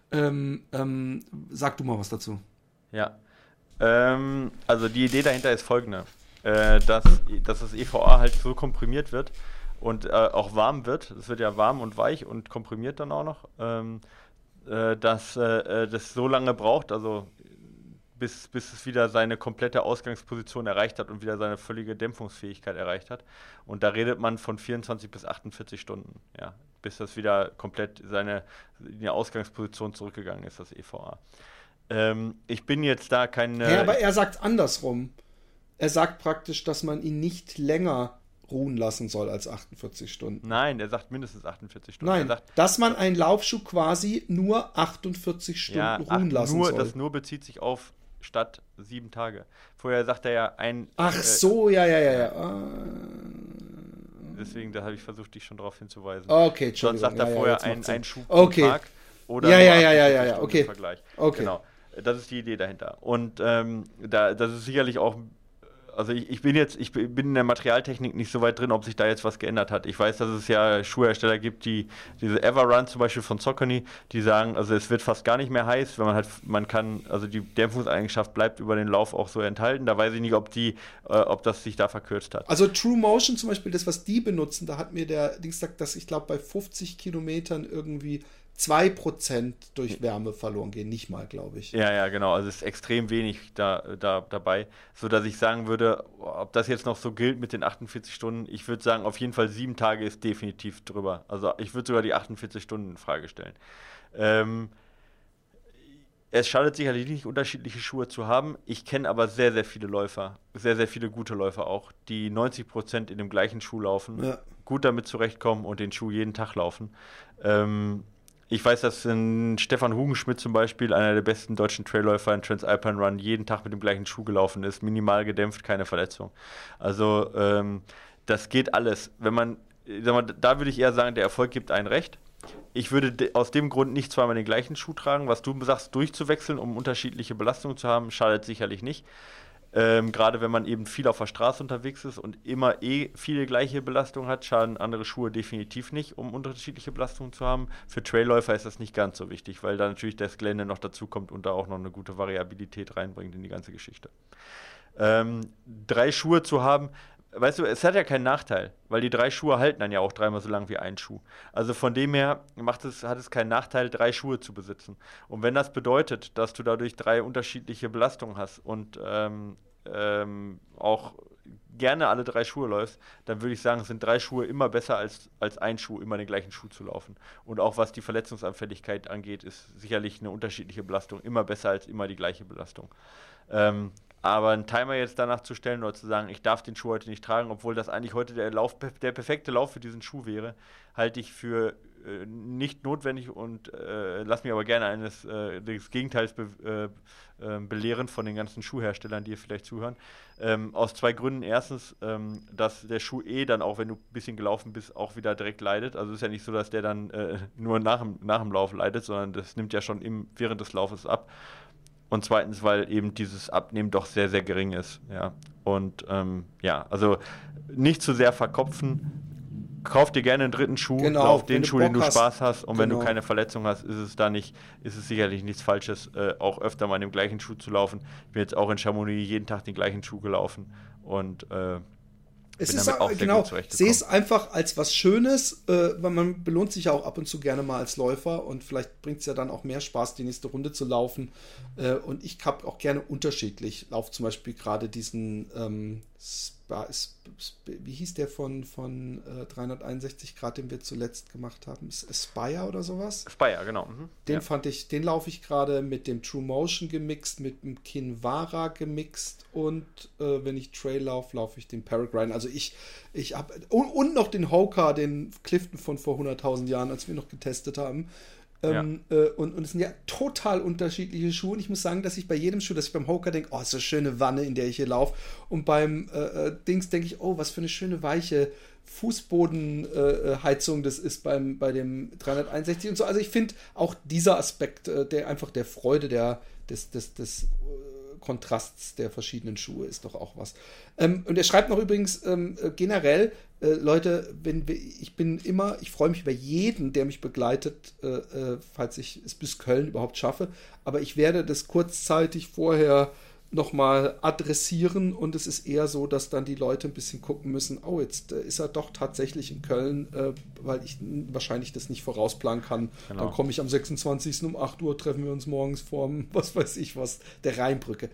Sag du mal was dazu. Ja. Also die Idee dahinter ist folgende. Dass das EVA halt so komprimiert wird und auch warm wird. Es wird ja warm und weich und komprimiert dann auch noch, dass das so lange braucht, also bis es wieder seine komplette Ausgangsposition erreicht hat und wieder seine völlige Dämpfungsfähigkeit erreicht hat. Und da redet man von 24 bis 48 Stunden, ja, bis das wieder komplett in die Ausgangsposition zurückgegangen ist, das EVA. Ich bin jetzt da kein... Ja, aber er sagt andersrum. Er sagt praktisch, dass man ihn nicht länger ruhen lassen soll als 48 Stunden. Nein, er sagt mindestens 48 Stunden. Nein, dass man einen Laufschuh quasi nur 48 Stunden ruhen lassen soll. Das nur bezieht sich auf statt 7 Tage. Vorher sagt er ja Ach so, ja. Deswegen, da habe ich versucht, dich schon darauf hinzuweisen. Okay, Entschuldigung. Sonst sagt er vorher einen Schuh pro Tag oder ja, okay. Im Vergleich. Okay. Genau, das ist die Idee dahinter. Und das ist sicherlich auch... Also ich bin in der Materialtechnik nicht so weit drin, ob sich da jetzt was geändert hat. Ich weiß, dass es ja Schuhhersteller gibt, diese Everrun zum Beispiel von Saucony, die sagen, also es wird fast gar nicht mehr heiß, wenn also die Dämpfungseigenschaft bleibt über den Lauf auch so enthalten. Da weiß ich nicht, ob das sich da verkürzt hat. Also True Motion zum Beispiel, das, was die benutzen, da hat mir der Dings gesagt, dass ich glaube bei 50 Kilometern irgendwie 2% durch Wärme verloren gehen, nicht mal, glaube ich. Ja, genau, also es ist extrem wenig dabei, sodass ich sagen würde, ob das jetzt noch so gilt mit den 48 Stunden, ich würde sagen, auf jeden Fall 7 Tage ist definitiv drüber. Also ich würde sogar die 48 Stunden in Frage stellen. Es schadet sicherlich nicht, unterschiedliche Schuhe zu haben. Ich kenne aber sehr, sehr viele Läufer, sehr, sehr viele gute Läufer auch, die 90% in dem gleichen Schuh laufen, gut damit zurechtkommen und den Schuh jeden Tag laufen. Ich weiß, dass Stefan Hugenschmidt zum Beispiel, einer der besten deutschen Trailläufer in Transalpine Run, jeden Tag mit dem gleichen Schuh gelaufen ist, minimal gedämpft, keine Verletzung. Also das geht alles. Da würde ich eher sagen, der Erfolg gibt einen recht. Ich würde aus dem Grund nicht zweimal den gleichen Schuh tragen. Was du sagst, durchzuwechseln, um unterschiedliche Belastungen zu haben, schadet sicherlich nicht. Gerade wenn man eben viel auf der Straße unterwegs ist und immer viele gleiche Belastungen hat, schaden andere Schuhe definitiv nicht, um unterschiedliche Belastungen zu haben. Für Trailläufer ist das nicht ganz so wichtig, weil da natürlich das Gelände noch dazu kommt und da auch noch eine gute Variabilität reinbringt in die ganze Geschichte. 3 Schuhe zu haben, weißt du, es hat ja keinen Nachteil, weil die 3 Schuhe halten dann ja auch 3-mal so lang wie ein Schuh. Also von dem her hat es keinen Nachteil, 3 Schuhe zu besitzen. Und wenn das bedeutet, dass du dadurch 3 unterschiedliche Belastungen hast und auch gerne alle 3 Schuhe läufst, dann würde ich sagen, sind 3 Schuhe immer besser als ein Schuh, immer den gleichen Schuh zu laufen. Und auch was die Verletzungsanfälligkeit angeht, ist sicherlich eine unterschiedliche Belastung immer besser als immer die gleiche Belastung. Aber einen Timer jetzt danach zu stellen oder zu sagen, ich darf den Schuh heute nicht tragen, obwohl das eigentlich heute der perfekte Lauf für diesen Schuh wäre, halte ich für nicht notwendig und lass mich aber gerne des Gegenteils belehren von den ganzen Schuhherstellern, die hier vielleicht zuhören. Aus 2 Gründen. Erstens, dass der Schuh dann auch, wenn du ein bisschen gelaufen bist, auch wieder direkt leidet. Also es ist ja nicht so, dass der dann nur nach dem Lauf leidet, sondern das nimmt ja schon während des Laufes ab. Und zweitens, weil eben dieses Abnehmen doch sehr, sehr gering ist. Ja. Und also nicht zu sehr verkopfen. Kauf dir gerne einen dritten Schuh, lauf den Schuh, den du Spaß hast. Und wenn du keine Verletzung hast, ist es sicherlich nichts Falsches, auch öfter mal in dem gleichen Schuh zu laufen. Ich bin jetzt auch in Chamonix jeden Tag den gleichen Schuh gelaufen und es ist auch genau, sehe es einfach als was Schönes, weil man belohnt sich ja auch ab und zu gerne mal als Läufer und vielleicht bringt es ja dann auch mehr Spaß, die nächste Runde zu laufen. Und ich habe auch gerne unterschiedlich. Lauf zum Beispiel gerade diesen wie hieß der von 361 Grad, den wir zuletzt gemacht haben? Aspire oder sowas? Aspire, genau. Den laufe ich gerade mit dem True Motion gemixt, mit dem Kinvara gemixt und wenn ich Trail laufe ich den Peregrine. Also ich habe und noch den Hoka, den Clifton von vor 100.000 Jahren, als wir noch getestet haben. Und es sind ja total unterschiedliche Schuhe. Und ich muss sagen, dass ich bei jedem Schuh, dass ich beim Hoka denke, oh, ist so eine schöne Wanne, in der ich hier laufe. Und beim Dings denke ich, oh, was für eine schöne weiche Fußbodenheizung das ist bei dem 361 und so. Also ich finde auch dieser Aspekt, der Freude des Kontrasts der verschiedenen Schuhe ist doch auch was. Und er schreibt noch übrigens generell, Leute, ich freue mich über jeden, der mich begleitet, falls ich es bis Köln überhaupt schaffe, aber ich werde das kurzzeitig vorher nochmal adressieren und es ist eher so, dass dann die Leute ein bisschen gucken müssen, oh, jetzt ist er doch tatsächlich in Köln, weil ich wahrscheinlich das nicht vorausplanen kann. Genau. Dann komme ich am 26. um 8 Uhr, treffen wir uns morgens vorm, was weiß ich was, der Rheinbrücke.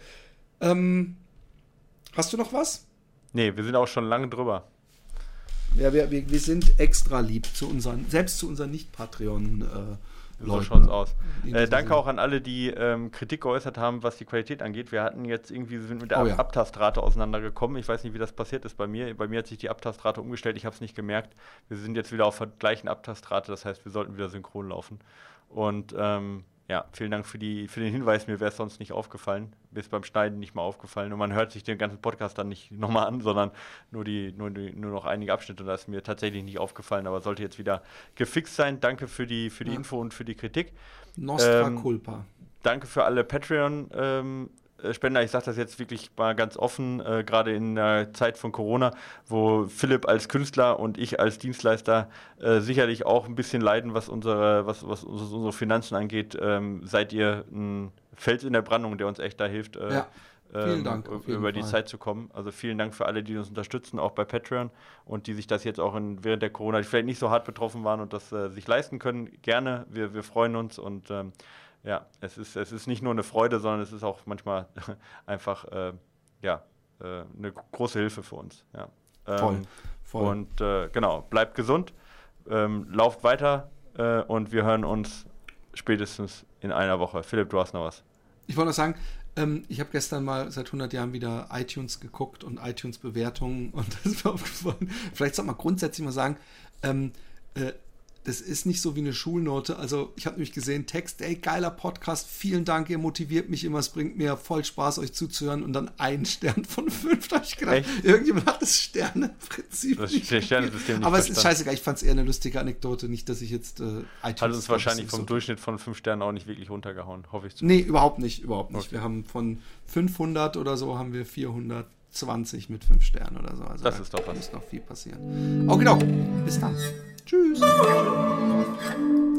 Hast du noch was? Nee, wir sind auch schon lange drüber. Ja, wir sind extra lieb selbst zu unseren Nicht-Patreon-Leuten. So schaut's aus. Danke auch an alle, die Kritik geäußert haben, was die Qualität angeht. Wir sind mit der Abtastrate auseinandergekommen. Ich weiß nicht, wie das passiert ist bei mir. Bei mir hat sich die Abtastrate umgestellt. Ich habe es nicht gemerkt. Wir sind jetzt wieder auf der gleichen Abtastrate. Das heißt, wir sollten wieder synchron laufen. Und vielen Dank für den Hinweis. Mir wäre es sonst nicht aufgefallen. Mir ist beim Schneiden nicht mal aufgefallen. Und man hört sich den ganzen Podcast dann nicht nochmal an, sondern nur noch einige Abschnitte. Und das ist mir tatsächlich nicht aufgefallen, aber sollte jetzt wieder gefixt sein. Danke für die Info und für die Kritik. Nostra culpa. Danke für alle Patreon-Spender. Ich sage das jetzt wirklich mal ganz offen, gerade in der Zeit von Corona, wo Philipp als Künstler und ich als Dienstleister sicherlich auch ein bisschen leiden, was unsere Finanzen angeht. Seid ihr ein Fels in der Brandung, der uns echt da hilft, vielen Dank, über die Zeit zu kommen. Also vielen Dank für alle, die uns unterstützen, auch bei Patreon und die sich das jetzt auch während der Corona, die vielleicht nicht so hart betroffen waren und das sich leisten können. Gerne, wir freuen uns und es ist nicht nur eine Freude, sondern es ist auch manchmal einfach eine große Hilfe für uns. Ja. Voll. Und genau, bleibt gesund, lauft weiter und wir hören uns spätestens in einer Woche. Philipp, du hast noch was. Ich wollte noch sagen, ich habe gestern mal seit 100 Jahren wieder iTunes geguckt und iTunes-Bewertungen und das ist mir aufgefallen. Vielleicht sollte man grundsätzlich mal sagen, das ist nicht so wie eine Schulnote. Also ich habe nämlich gesehen, Text, geiler Podcast, vielen Dank, ihr motiviert mich immer, es bringt mir voll Spaß, euch zuzuhören und dann 1 Stern von 5. Da habe ich gedacht, echt? Irgendjemand hat das Sternenprinzip nicht Sternensystem nicht aber es ist scheißegal, ich fand es eher eine lustige Anekdote, nicht, dass ich jetzt iTunes... Hat uns wahrscheinlich vom Durchschnitt von 5 Sternen auch nicht wirklich runtergehauen, hoffe ich zumindest. Nee, überhaupt nicht. Okay. Wir haben von 500 oder so haben wir 420 mit 5 Sternen oder so. Also das ist doch was. Da muss noch viel passieren. Okay, bis dann. Tschüss.